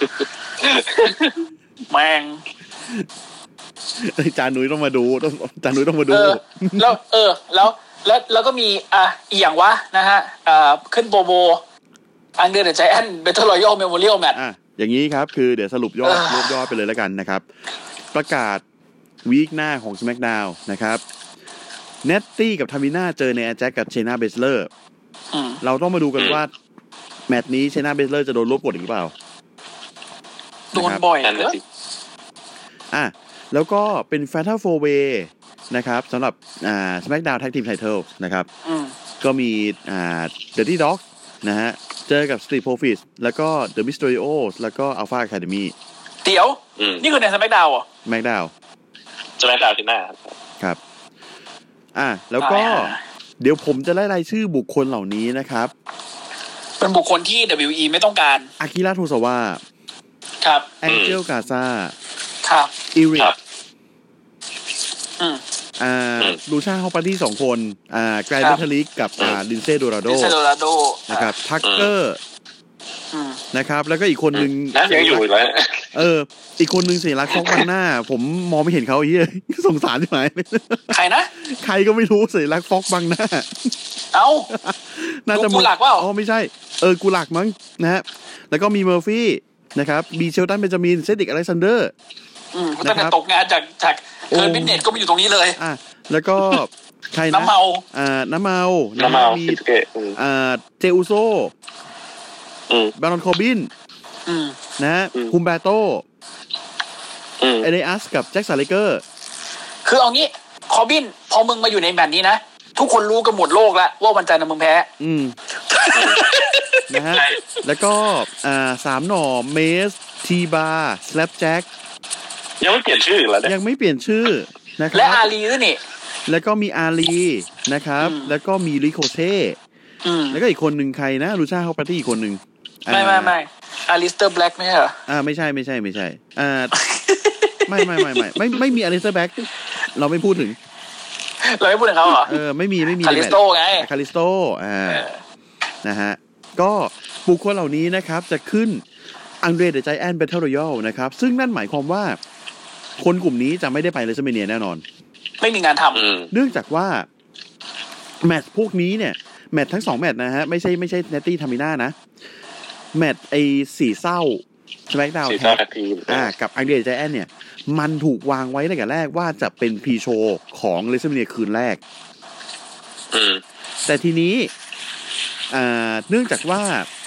แม่งอาจารย์นุ้ยต้องมาดูต้องอาจารย์นุ้ยต้องมาดูแล้วเออแล้วแล้วแล้วก็มีอ่ะอีกอย่างวะนะฮะอ่าขึ้นโบโบอันเดอร์เดอะไจแอนท์เบทเทิลรอยัลเมมโมเรียลแมตช์อ่ะอย่างนี้ครับคือเดี๋ยวสรุปยอดรวบยอดไปเลยแล้วกันนะครับประกาศวีคหน้าของ SmackDown นะครับเนตตี้กับทามิน่าเจอในแอจ็คกับเชน่าเบสเลอร์เราต้องมาดูกันว่าแมตช์นี้เชน่าเบสเลอร์จะโดนลบกดอีกหรือเปล่าโดนบ่อยเหรออ่ะแล้วก็เป็น Fatal Four Way นะครับสำหรับอ่า SmackDown Tag Team Titles นะครับก็มีอ่า Dirty Dogs นะฮะเจอกับ Street Profits แล้วก็ The Mysterios แล้วก็ Alpha Academy เดี๋ยวนี่คือใน SmackDown เหรอ SmackDown SmackDown ที่หน้าครับอ่ะแล้วก็เดี๋ยวผมจะไล่รายชื่อบุคคลเหล่านี้นะครับเป็นบุคคลที่ ดับเบิลยู อี ไม่ต้องการอากิระโทซาวะครับแองเจลกาซาครับอิริกอืมอ่าลูชาฮอปปาร์ตี้สองคนอ่าแกรนด์เบทลิกกับอ่าลินเซ่โดราโดลินเซ่โดราโดนะครับทักเกอร์นะครับแล้วก็อีกคนนึงยังอยู่เลยเอออีกคนนึงเสียรักฟอกบางหน้าผมมองไม่เห็นเขาอีกสงสารใช่ไหมใครนะใครก็ไม่รู้เสียรักฟอกบางหน้าเอ้าน่าจะกูหลักว่าอ๋อไม่ใช่เออกูหลักมั้งนะฮะแล้วก็มีเมอร์ฟี่นะครับมีเชลตันเบนจามินเซดริกอเล็กซานเดอร์อืมตั้งแต่ตกงานจากจากเทิร์นบิสเนสก็มาอยู่ตรงนี้เลยอ่ะแล้วก็ใครนะน้ำเมาอ่าน้ำเมาน้ำเมามีอ่าเจอุโซบารอนคอร์บินนะฮะคุมเบโต้เอเดอัสกับแจ็คสันเลเกอร์คือเอางี้คอร์บินพอมึงมาอยู่ในแมตช์นี้นะทุกคนรู้กันหมดโลกแล้วว่าวันจันทร์มึงแพ้อืมนะฮะแล้วก็อ่าสามหน่อเมสทีบาร์สแลปแจ็คยังไม่เปลี่ยนชื่ออีกแล้วยังไม่เปลี่ยนชื่อนะครับและอาลีด้วยนี่แล้วก็มีอาลีนะครับแล้วก็มีริโคเช่แล้วก็อีกคนหนึ่งใครนะลูชาเฮาปาร์ตี้อีกคนหนึ่งไม่ไม่ไม่อาริสเตอร์แบล็กไม่ใช่เหรออ่าไม่ใช่ไม่ใช่ไม่ใช่อ่าไม่ไม่ไม่ไม่ไม่ไม่มีอาริสเตอร์แบล็กเราไม่พูดถึงเราไม่พูดถึงเขาเหรอเออไม่มีไม่มีคาริสโตไงคาริสโตอ่านะฮะก็บุคคลเหล่านี้นะครับจะขึ้นอังเดรเดอะไจแอนท์แบทเทิลรอยัลนะครับซึ่งนั่นหมายความว่าคนกลุ่มนี้จะไม่ได้ไปเรสเมเนียแน่นอนไม่มีงานทำเนื่องจากว่าแมตช์พวกนี้เนี่ยแมตช์ทั้งสองแมตช์นะฮะไม่ใช่ไม่ใช่เนตตี้ทามิน่านะแมตช์ไอ้สี่เศร้าสแมคดาวน์แท็กอ่ากับอังเดรเดอะไจแอนท์เนี่ยมันถูกวางไว้ตั้งแต่แรกว่าจะเป็นพรีโชว์ของเรสเมเนียคืนแรกแต่ทีนี้อ่าเนื่องจากว่า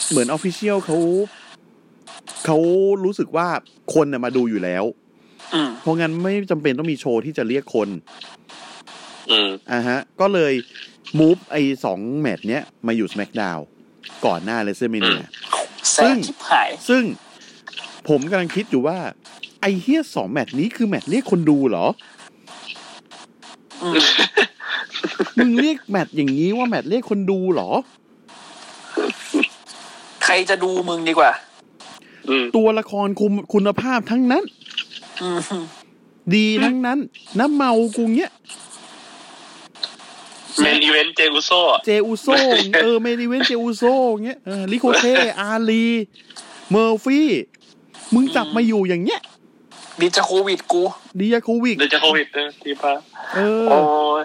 เหมือน Official เขาเขารู้สึกว่าคนน่ะมาดูอยู่แล้วเพราะงั้นไม่จำเป็นต้องมีโชว์ที่จะเรียกคนอืมอ่าฮะก็เลยมูฟไอ้สองแมตช์เนี้ยมาอยู่ SmackDown ก่อนหน้า WrestleMania ซึ่งซึ่งผมกำลังคิดอยู่ว่าไอ้เหี้ยสองแมตช์นี้คือแมตช์เรียกคนดูเหรอมึงเรียกแมตช์อย่างนี้ว่าแมตช์เรียกคนดูเหรอใครจะดูมึงดีกว่าตัวละครคุมคุณภาพทั้งนั้นดีทั้งนั้นน้ำเมากูเงี้ยเมนอีเวนต์เจอุโซเจอุโซเออเมนอีเวนต์เจอุโซเงี้ยเออลิโคเทอาลีเมอร์ฟี่มึงจับมาอยู่อย่างเงี้ยดิจาโควิดกูดิจาโควิดดิจาโควิดเออที่พาเออโอ้ย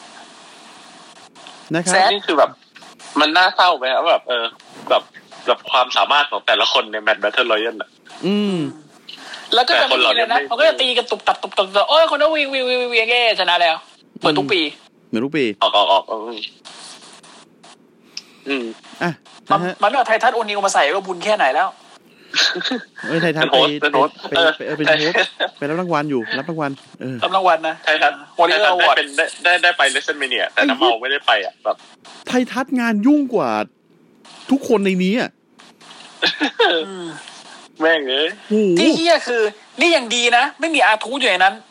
นะครับนี่คือแบบมันน่าเศร้าไหมครับแบบเออแบบแบบความสามารถของแต่ละคนในแมตช์แบทเทิลรอยัลอ่ะอืมแล้วก็จะมีเลยนะเขาก็จะตีกันตุบตับตุบตับโอ้ยคนนั้นวิ่งวิ่งวิ่งวิ่งเงี้ยชนะแล้วเหมือนทุกปีเหมือนทุกปีออกออกออกอืมอ่ะมันเอาไททันโอนิวมาใส่ก็บุญแค่ไหนแล้วเอ้ยไททันไปเป็นโฮสเป็นเป็นโฮสไปรับรางวัลอยู่รับรางวัลเออรับรางวัลนะไททันไททันได้เป็นได้ได้ไปเลสเซนเมเนียแต่น้ำเมาไม่ได้ไปอ่ะแบบไททันงานยุ่งกว่าทุกคนในนี้อ่ะแม่งเอ้ยที่เหี้ยคือนี่ยังดีนะไม่มีอาทูอยู่ในนั้น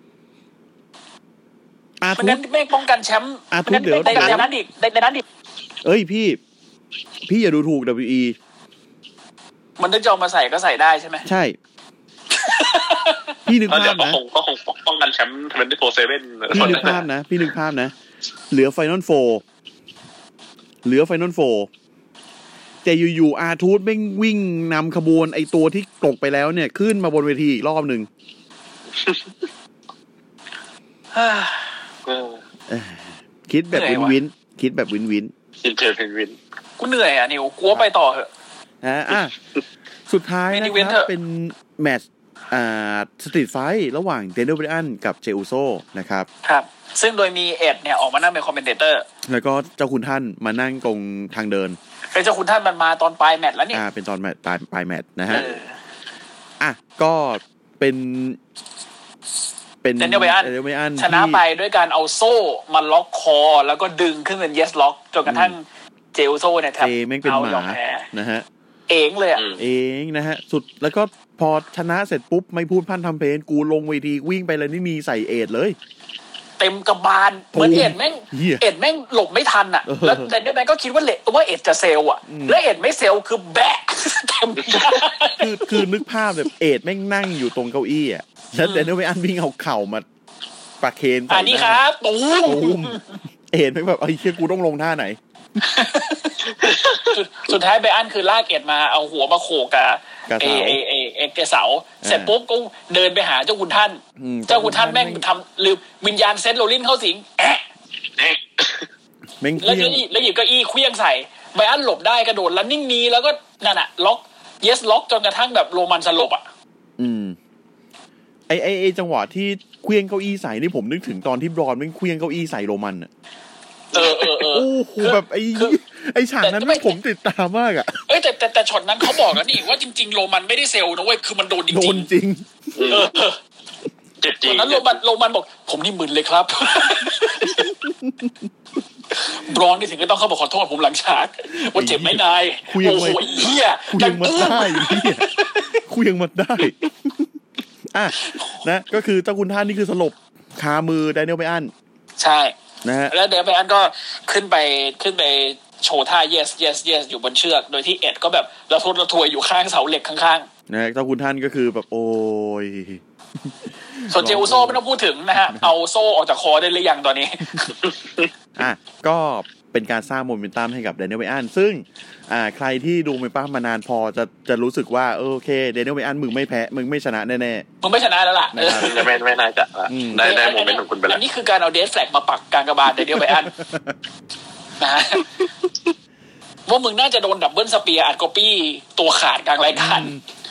อาทูแม่งป้องกันแชมป์อาทูเดี๋ยวในนั้นดิในนั้นดิเอ้ยพี่พี่อย่าดูถูก ดับเบิลยู อีมันนึกจะเอามาใส่ก็ใส่ได้ใช่ไหมใช่พี่นึกภาพนะก็คงป้องกันแชมป์ยี่สิบสี่ เซเว่นพี่นึกภาพนะพี่นึกภาพนะเหลือไฟนอลโฟร์เหลือไฟนอลโฟร์แต่อยู่ๆอาทูธแม่งวิ่งนำขบวนไอตัวที่ตกไปแล้วเนี่ยขึ้นมาบนเวทีอีกรอบหนึ่งคิดแบบวินวินคิดแบบวินวินคิดแบบวินวินกูเหนื่อยอ่ะนิวกลัวไปต่อเหอะอ่ะสุดท้ายนะครับเป็นแมตช์อ่าสตรีทไฟท์ระหว่างเดนเนอร์ไบรอันกับเจอุโซนะครับครับซึ่งโดยมีเอ็ดเนี่ยออกมานั่งเป็นคอมเมนเตอร์แล้วก็เจ้าคุณท่านมานั่งตรงทางเดินเป็นเจ้าคุณท่านมันมาตอนปลายแมตช์แล้วนี่อ่าเป็นตอนแมตช์ปลายปลายแมตช์นะฮะอ่ะก็เป็นเป็นเดนเนอร์ไบรอันชนะไปด้วยการเอาโซ่มาล็อกคอแล้วก็ดึงขึ้นเป็น yes lock จนกระทั่งเจอุโซเนี่ยครับเอาหมานะฮะเองเลยอ่ะเองนะฮะสุดแล้วก็พอชนะเสร็จปุ๊บไม่พูดพันทำเพลงกูลงเวทีวิ่งไปเลยนี่มีใส่เอดเลยเต็มกระบาลเหมือนเอ็ดแม่งเอ็ดแม่งหลบไม่ทันอ่ะแล้วแต่เนี่ยแม่งก็คิดว่าเละว่าเอ็ดจะเซลอ่ะแล้วเอ็ดไม่เซลคือแบะเต็มคือคือนึกภาพแบบเอ็ดแม่งนั่งอยู่ตรงเก้าอี้อ่ะแล้วเดนเนอร์ไบรอันวิ่งเอาเข่ามาประเคนใส่อันนี้ครับตูมเอ็ดแม่งแบบไอ้เชี่ยกูต้องลงท่าไหนสุดท้ายไบรอันคือลากเอ็ดมาเอาหัวมาโขกกับเอเอเอเอเกเสาเสร็จปุ๊บก็เดินไปหาเจ้าคุณท่านเจ้าคุณท่านแม่งทำลืมวิญญาณเซนต์โรลินเข้าสิงแอะแล้วแล้วหยิบเก้าอี้เคลี้ยงใส่ไบรอันหลบได้กระโดดแล้วนิ่งนี้แล้วก็นั่นอะล็อกเยสล็อกจนกระทั่งแบบโรมันสลบอะอืมไอไอไอจังหวะที่เคลี้ยงเก้าอี้ใส่นี่ผมนึกถึงตอนที่บรอนแม่งเคลี้ยงเก้าอี้ใส่โรมันอะเออเออเออโอ้โหแบบไอ้ไอ้ฉากนั้นผมติดตามมากอ่ะเอ้ยแต่แต่แต่ช็อตนั้นเขาบอกแล้วนี่ว่าจริงๆโรมันไม่ได้เซลล์นะเว้ยคือมันโดนจริงโดนจริงเออเจ็บจริงตอนนั้นโรมันโรมันบอกผมนี่มึนเลยครับบรอนนี่ถึงก็ต้องเข้ามาขอโทษผมหลังฉากว่าเจ็บไม่นายโอ้โหเหี้ยคุยยังมาได้คุยยังมาได้อ่ะนะก็คือเจ้าคุณท่านนี่คือสลบคามือไดเนียลไบรอันใช่นะฮะแล้วเดนไบรอันก็ขึ้นไปขึ้นไปโชว์ท่า yes yes yes อยู่บนเชือกโดยที่เอ็ดก็แบบระทดระทวยอยู่ข้างเสาเหล็กข้างๆนะเจ้าคุณท่านก็คือแบบโอ้ยส่วนเจอุโซไม่ต้องพูดถึงนะฮะเอาโซ่ออกจากคอได้หรือยังตอนนี้อ่ะก็เป็นการสร้างโมเมนตัมให้กับเดนเนียลไบรอันซึ่งอ่าใครที่ดูไมป้ามานานพอจะจะรู้สึกว่าโอเคเดนเนียลไบรอันมึงไม่แพ้มึงไม่ชนะแน่ๆมึงไม่ชนะแล้วล่ะไม่ไม่น่าจะได้ได้โมเมนต์ของคุณไปแล้วอันนี้คือการเอาเดสแฟลกมาปักกลางกระบาลเดนเนียลไบรอันนะว่ามึงน่าจะโดนดับเบิลสเปียร์อัดก๊อปปี้ตัวขาดกลางรายการ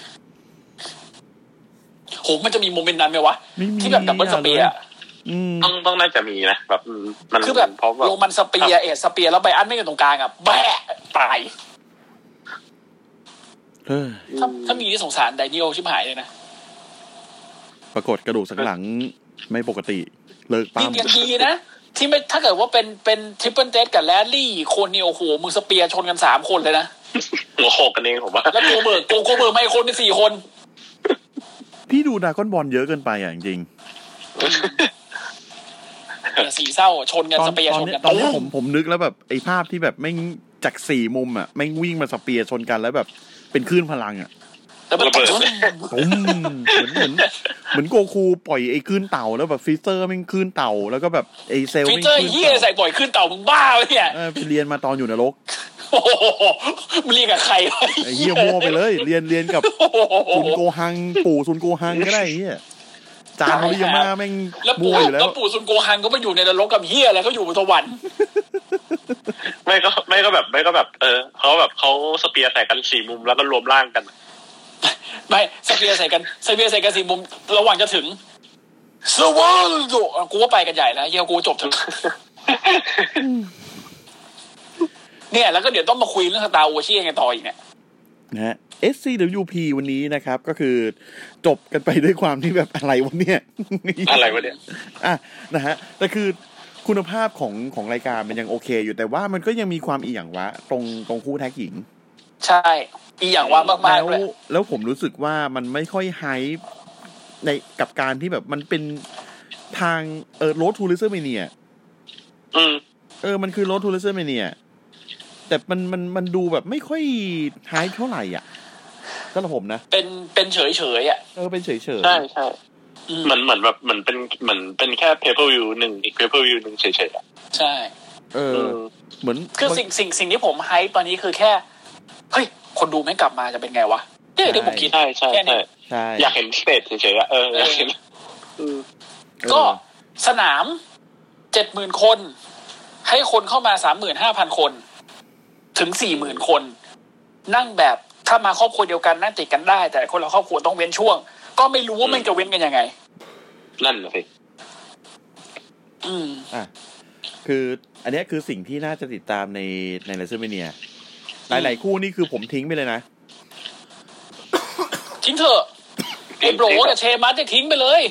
โหมันจะมีโมเมนต์นั้นไหมวะที่แบบดับเบิลสเปียร์ต้องต้องน่าจะมีนะแบบมันคือแบบโรมันสเปียร์เอสสเปียร์แล้วไบรอันไม่อยู่ตรงกลางอ่ะแบะตายถ้าถ้ามีที่สงสารไดเนียลชิบหายเลยนะปรากฏกระดูกสันหลังไม่ปกติเลิกปั้มยังดีนะที่ไม่ถ้าเกิดว่าเป็นเป็นทริปเปิลเจกับแลลี่คนนี่โอ้โหมือสเปียร์ชนกันสามคนเลยนะหัวโขกกันเองผมว่าแล้วโกเบิร์กโกโกเบิร์กไม่คนเป็นสี่คนพี่ดูดราก้อนบอลเยอะเกินไปอ่ะจริงๆสีเศร้าชนกันสเปียร์ชนกันตอนนี้ผมผมนึกแล้วแบบไอ้ภาพที่แบบแม่งจากสี่มุมอ่ะแม่งวิ่งมาสเปียร์ชนกันแล้วแบบเป็นคลื่นพลังอ่ะแล้วระเบิดตุ้มเหมือนเหมือนเหมือนโกคูปล่อยไอ้คลื่นเต่าแล้วแบบฟีเซอร์แม่งคลื่นเต่าแล้วก็แบบไอ้เซลล์ฟีเซอร์เหี้ยใส่ปล่อยคลื่นเต่ามึงบ้าปะเนี่ยเออไปเรียนมาตอนอยู่นรกโอ้โหมึงเรียนกับใครวะไอ้เหี้ยมั่วไปเลยเรียนเรียนกับซุนโกฮังปู่ซุนโกฮังก็ได้ไอ้เหี้ยจานโนริยาม่าแม่งมั่วอยู่แล้วแล้วปู่ซุนโกฮังก็มาอยู่ในนรกกับเหี้ยอะไรเขาอยู่บนสวรรค์ไม่ก็ไม่ก็แบบไม่ก็แบบเออเขาแบบเขาสเปียร์ใส่กันสี่มุมแล้วก็รวมร่างกันไม่สเปียร์ใส่กันสเปียร์ใส่กันสี่มุมระหว่างจะถึงสวอลโดกูว่าไปกันใหญ่แล้วเหี้ยกูจบถึงเนี่ยแล้วก็เดี๋ยวต้องมาคุยเรื่องสตาร์โอชิกันต่ออีกเนี่ยนะฮะ เอส ซี ดับเบิลยู พี วันนี้นะครับก็คือจบกันไปด้วยความที่แบบอะไรวะเนี่ยอะไรวะเนี่ยอ่ะนะฮะแต่คือคุณภาพของของรายการมันยังโอเคอยู่แต่ว่ามันก็ยังมีความอีหยังวะตรงตรงคู่แท็กหญิงใช่อีหยังวะมากๆเลยแล้วผมรู้สึกว่ามันไม่ค่อยไฮป์ในกับการที่แบบมันเป็นทางเออโรดทูลิเซอร์เมเนียอืมเออมันคือโรดทูลิเซอร์เมเนียแต่มันมันมันดูแบบไม่ค่อยไฮป์เท่าไหร่อ่ะสำหรับผมนะเป็นเป็นเฉยเฉยอ่ะเออเป็นเฉยเฉยใช่ใช่เหมือนเหมือนแบบเหมือนเป็นเหมือนเป็นแค่ pay per view หนึ่งอีก pay per view หนึ่งเฉยๆอ่ะใช่เออเหมือนคือสิ่งสิ่งสิ่งที่ผมไฮป์ตอนนี้คือแค่เฮ้ยคนดูไม่กลับมาจะเป็นไงวะเนี่ยที่ผมคิดใช่ใช่ใช่อยากเห็นสเตจเฉยๆอ่ะเอออยากเห็นก็สนามเจ็ดหมื่นคนให้คนเข้ามาสามหมื่นห้าพันคนถึงสี่หมื่นคนนั่งแบบถ้ามาครอบครัวเดียวกันนั่งติดกันได้แต่คนละครอบครัวต้องเว้นช่วงก็ไม่รู้ว่ามันจะเว้นกันยังไงนั่นแหละสิอืมอ่ะคืออันนี้คือสิ่งที่น่าจะติดตามในในเรสเซอร์เมเนียหลายๆคู่นี่คือผมทิ้งไปเลยนะทิ้งเถอะไอ้โบรกับเชมัสจะทิ้งไปเลย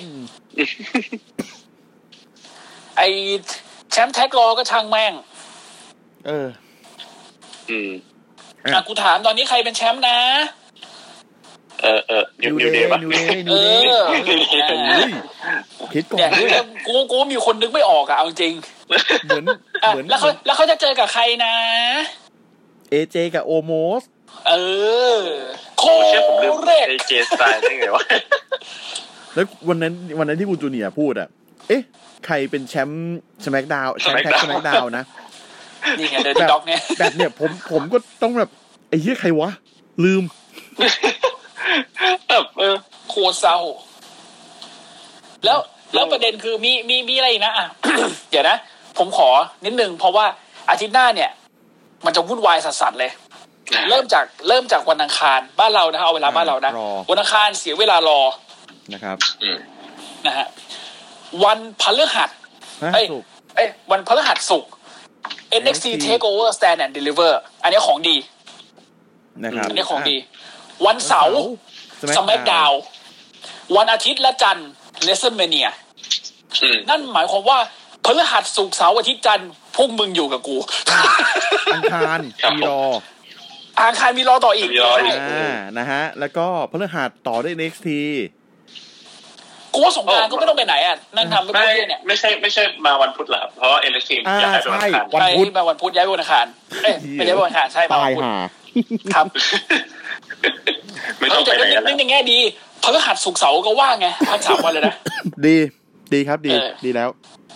ไอ้แชมป์แท็กรอก็ช่างแม่งเอออืมอ่ะกูถามตอนนี้ใครเป็นแชมป์นะเออเออนิวนิวเดย์ป่ะเออคิดก่อนเนี่ยกูกูมีคนนึกไม่ออกอะเอาจริงเหมือนเหมือนแล้วเขาแล้วเขาจะเจอกับใครนะเอเจกับโอโมสเออโคเรกเอเจสไตล์ได้ไงวะแล้ววันนั้นวันนั้นที่คุณจูเนียร์พูดอะเอ๊ะใครเป็นแชมป์สแมคดาวน์แชมป์แท็กสแมคดาวน์นะนี่ไงเดอร์ตี้ด็อกเนี่ยแบบเนี่ยผมผมก็ต้องแบบไอ้เหี้ยใครวะลืมแบบเออโคตรเศร้าแล้วแล้วประเด็นคือมีมีมีอะไรอีกนะอ่ะ เดี๋ยวนะผมขอนิดนึงเพราะว่าอาทิตย์หน้าเนี่ยมันจะวุ่นวายสัสๆเลยเริ่มจากเริ่มจากวันอังคารบ้านเรานะเอาเวลาบ้านเรานะวันอังคารเสียเวลารอนะครับนะฮะวันพฤหัสเอ้ยเอ้ยวันพฤหัสศุกร์ เอ็น เอ็กซ์ ที Takeover Stand and Deliver อันนี้ของดีนะครับอันนี้ของดีวันเสาร์ SmackDown วันอาทิตย์และจันทร์ WrestleMania นั่นหมายความว่าพฤหัสศุกร์เสาร์อาทิตย์จันทร์พวกมึงอยู่กับกูอังคารมีรออังคารมีรอต่ออีกอ่านะฮะแล้วก็พฤหัสต่อด้วย เอ็น เอ็กซ์ ทีกูว่าสงกรานต์ก็ไม่ต้องไปไหนอ่ะนั่งทำไม่เนี่ยไม่ใช่ไม่ใช่มาวันพุธหรอเพราะว่า เอ็น เอ็กซ์ ที ย้ายไปวันอังคารวันพุธมาวันพุธย้ายไปวันอังคารเอ้ยไม่ย้ายไปวันอังคารใช่มาวันพุธครับไม่ต้องไปไหนแล้วนึกในแง่ดีพฤหัสศุกร์เสาร์ก็ว่างไงพักสามวันเลยนะดีดีครับดีดีแล้ว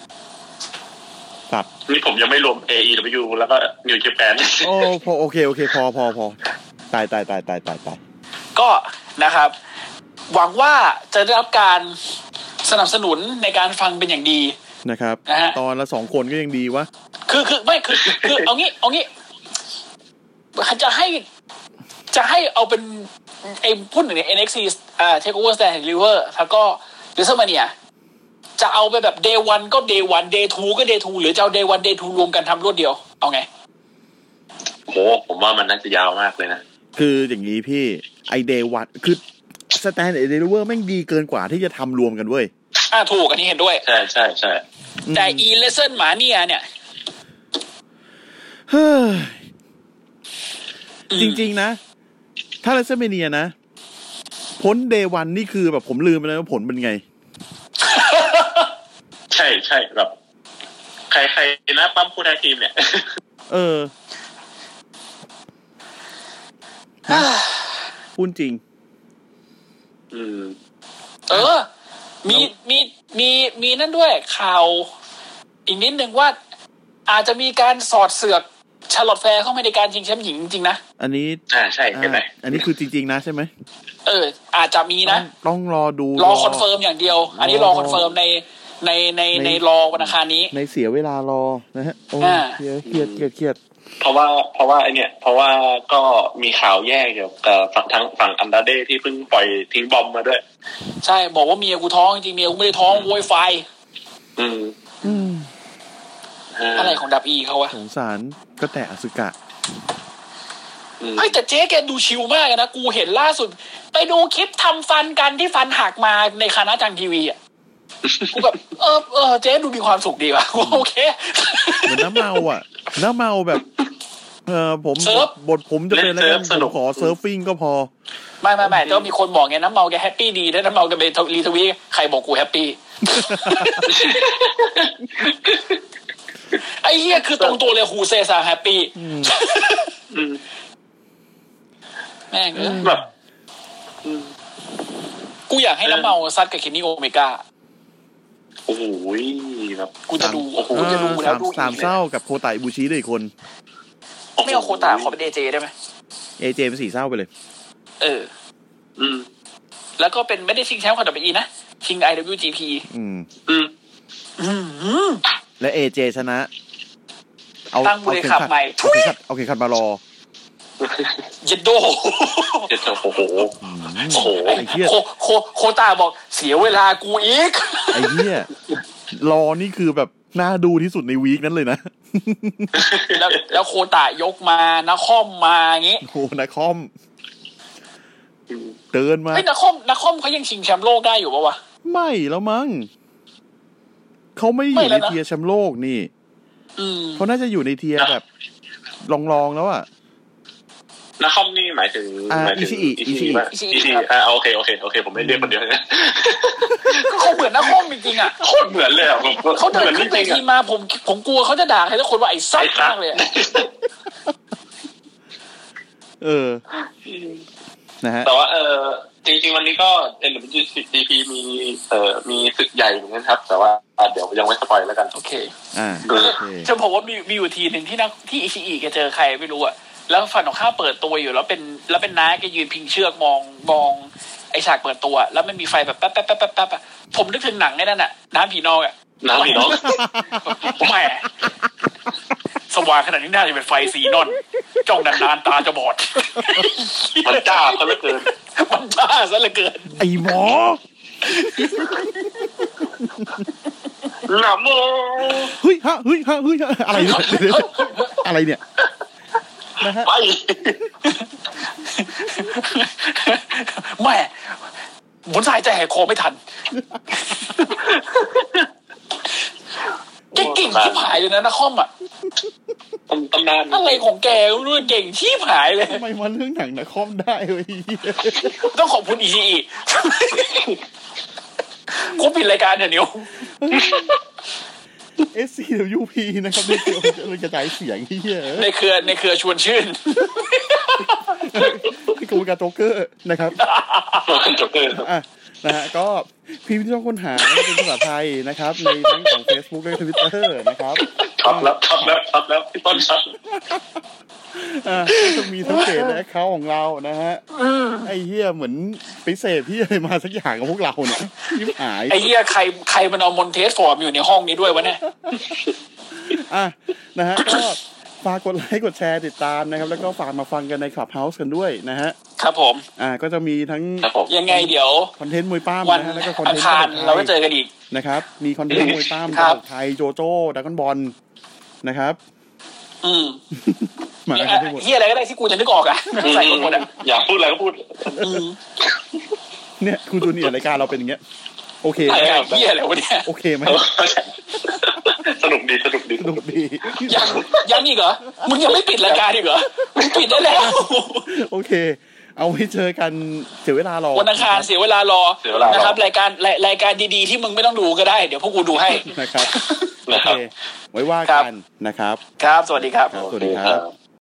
ครับนี่ผมยังไม่รวม เอ อี ดับเบิลยู แล้วก็ New Japan โอ้พอโอเคโอเคพอพอพอตายตายตายตายตายตายก็นะครับหวังว่าจะได้รับการสนับสนุนในการฟังเป็นอย่างดีนะครับตอนละสองคนก็ยังดีวะคือคือไม่คือคือเอางี้เอางี้จะให้จะให้เอาเป็นไอ้พูดถึงใน เอ็น เอ็กซ์ ที อ่า Takeover Stand and Deliver แล้วก็ WrestleMania จะเอาไปแบบ day วันก็ day วัน day ทูก็ day ทูหรือจะเอา day วัน day ทูรวมกันทำรวดเดียวเอาไงโหผมว่ามันน่าจะยาวมากเลยนะคืออย่างนี้พี่ไอเดย์วันคือสแตนด์ไอเดลิเวอร์แม่งดีเกินกว่าที่จะทำรวมกันเว้ยอ่าถูกอันนี้เห็นด้วยใช่ใช่ใช่แต่อีเลสเซนหมาเนี่ยเนี่ยเฮ้ยจริงๆนะถ้าเลสเซอร์เมเนียนะพ้นเดย์วันนี่คือแบบผมลืมไปแล้วว่าผลเป็นไงใช่ใช่แบบใครใครนะปั้มคู่แทนทีมเนี่ยเออพูดจริงอืมเออมีมีมีมีนั่นด้วยข่าวอีกนิดนึงว่าอาจจะมีการสอดเสือกชาร์ลอตแฟร์เข้ามาในการชิงแชมป์หญิงจริงๆนะอันนี้อ่าใช่เห็นไหมอันนี้คือจริงๆนะใช่ไหมเอออาจจะมีนะต้องรอดูรอคอนเฟิร์มอย่างเดียวอันนี้รอคอนเฟิร์มในในในในรอวันอังคารนี้ในเสียเวลารอนะฮะโอ้เครียดเครียดเครียดเครียดเพราะว่าเพราะว่าไอเนี่ยเพราะว่าก็มีข่าวแยกเกี่ยวกับฝั่งทั้งฝั่งอันดาเด้ที่เพิ่งปล่อยทิ้งบอมมาด้วยใช่บอกว่าเมียกูท้องจริงเมียกูไม่ได้ท้องโวยไฟอืมอืมอะไรของดับอีเขาวะสงสารก็แต่อสึกะเฮ้ยแต่เจ๊แกดูชิลมากนะกูเห็นล่าสุดไปดูคลิปทำฟันกันที่ฟันหักมาในคณะจังทีวีอ่ะกูแบบเออเออเจ๊ดูมีความสุขดีว่ะโอเคเหมือนน้ำเมาอ่ะน้ำเมาแบบเออผมบทผมจะเป็นแล้วกันผมขอเซิร์ฟฟิ้งก็พอไม่ไม่ไม่แต่มีคนบอกไงน้ำเมาแกแฮปปี้ดีแล้วน้ำเมาแกไปรีทวีตใครบอกกูแฮปปี้ไอ้เหี้ยคือตรงตัวเลยฮูเซซาแฮปปี้แม่งแบบกูอยากให้น้ำเมาซัดกับเคนนี่โอเมก้าโอ้โหแบบกูจะดูโอ้โหจะดูแล้วดูสามเศร้ากับโคตะอิบุชิด้วยอีกคนไม่เอาโคตะขอเป็นเอเจได้ไหมเอเจเป็นสี่เศร้าไปเลยเอออืมแล้วก็เป็นไม่ได้ชิงแชมป์ของ ดับเบิลยู อี นะชิง ไอ ดับเบิลยู จี พีอืมอืมอืมและเอเจชนะเอาตั้งบริษัทใหม่โอเคครับโอเคครับมารอเย็ดโดเย็ดโดโอ้โหโอ้โหไอ้เหี้ยโคโคตาบอกเสียเวลากูอีกไอ้เหี้ยรอนี่คือแบบน่าดูที่สุดในวีคนั้นเลยนะแล้วแล้วโคตายกมานะคอมมาอย่างงี้โอ้นะคอมเดินมาไอ้นะคอมนะคอมเขายังชิงแชมป์โลกได้อยู่ปะวะไม่แล้วมั้งเขาไม่อยู่ในเทียร์แชมป์โลกนี่เขาน่าจะอยู่ในเทียร์แบบลองๆแล้วอ่ะนักคอมนี่หมายถึงหมายถึงอีซีป่ะอีซีอ่าโอเคโอเคโอเคผมไม่เรียกคนเดียวนะเขาเหมือนนักคอมจริงๆอ่ะโคตรเหมือนเลยอ่ะเขาเดินขึ้นไปทีมาผมผมกลัวเขาจะด่าใครทุกคนว่าไอ้ซัดมากเลยเออนะฮะแต่ว่าเออจริงๆวันนี้ก็ เอ็น ดับเบิลยู จี พี มีเอ่อมีศึกใหญ่เหมือนกันครับแต่ว่าเดี๋ยวยังไม่สปอยแล้วกันโอเคอ่าจะบอกว่ามีมีอยู่ทีนึงที่นักที่อิชิอิแกเจอใครไม่รู้อ่ะแล้วฝั่งของข้าเปิดตัวอยู่แล้วเป็นแล้วเป็นน้าแกยืนพิงเชือกมองมองไอ้ฉากเปิดตัวแล้วมันมีไฟแบบแป๊บแป๊บแป๊บแป๊บแป๊บผมนึกถึงหนังไอ้นั่นน่ะน้ำผีนองอ่ะน้ำผีนองแหมสว่างขนาดนี้น่าจะเป็นไฟสีนอนจ้องนานๆตาจะบอดมันจ้าซะเหลือเกินมันจ้าซะเหลือเกินไอ้หมอหนาโมเฮ้ยฮะเฮ้ยฮะเฮ้ยอะไรเนี่ยอะไรเนี่ยนะฮะไปแม่บนสายใจแหกคอไม่ทันแกเก่งชิบหายเลยนะนักคอมอ่ะตำนานอะไรของแกไม่รู้เก่งชิบหายเลยทำไมมาเรื่องหนังนักคอมได้เว้ยต้องขอบคุณอีซีอีกูปิดรายการเดี๋ยวนี้เอส ซี ดับเบิลยู พี นะครับในเครือเราจะจ่ายเสียงที่เหี้ยในเครือในเครือชวนชื่นที่กรมการโจ๊กเกอร์นะครับโจ๊กเกอร์อ่ะนะฮะก็พิมพ์ที่ช่องค้นหาเป็นภาษาไทยนะครับในทั้งของ Facebook และ Twitter นะครับช็อตแล้วช็อตแล้วช็อตแล้วพี่ต้นช็อตอ่าจะมีทั้งเพจและแอคเคาท์ของเรานะฮะไอ้เหี้ยเหมือนไปเสพที่อะไรมาสักอย่างกับพวกเราเนี่ยยิ้มหายไอ้เหี้ยใครใครมันเอามอนเทสฟอร์มอยู่ในห้องนี้ด้วยวะเนี่ยอ่ะนะฮะก็ฝากกดไลค์กดแชร์ติดตามนะครับแล้วก็ฝากมาฟังกันใน Clubhouse กันด้วยนะฮะครับผมอ่าก็จะมีทั้งยังไงเดี๋ยวคอนเทนต์มวยป้ามนะฮะแล้วก็คอนเทนต์เราก็เจอกันอีกนะครับมีคอนเทนต์มวยป้ามไทยโจโจ้ดราก้อนบอลนะครับอืมมากันทั้งหมดเฮียอะไรก็ได้ที่กูจะนึกออกอ่ะใส่หมดอ่ะอยากพูดอะไรก็พูดเนี่ยคุณจูเนียร์รายการเราเป็นอย่างเงี้ยโอเคไหมเฮียอะไรวะเนี่ยโอเคไหมสนุกดีสนุกดีสนุกดียังยังอีกเหรอมึงยังไม่ปิดรายการอีกเหรอมึงปิดได้แล้วโอเคเอาไว้เจอกันเสียเวลารอวันอังคารเสียเวลารอนะครับรายการรายการดีๆที่มึงไม่ต้องดูก็ได้เดี๋ยวพวกกูดูให้นะครับโอเคไว้ว่ากันนะครับครับสวัสดีครับสวัสดีครับ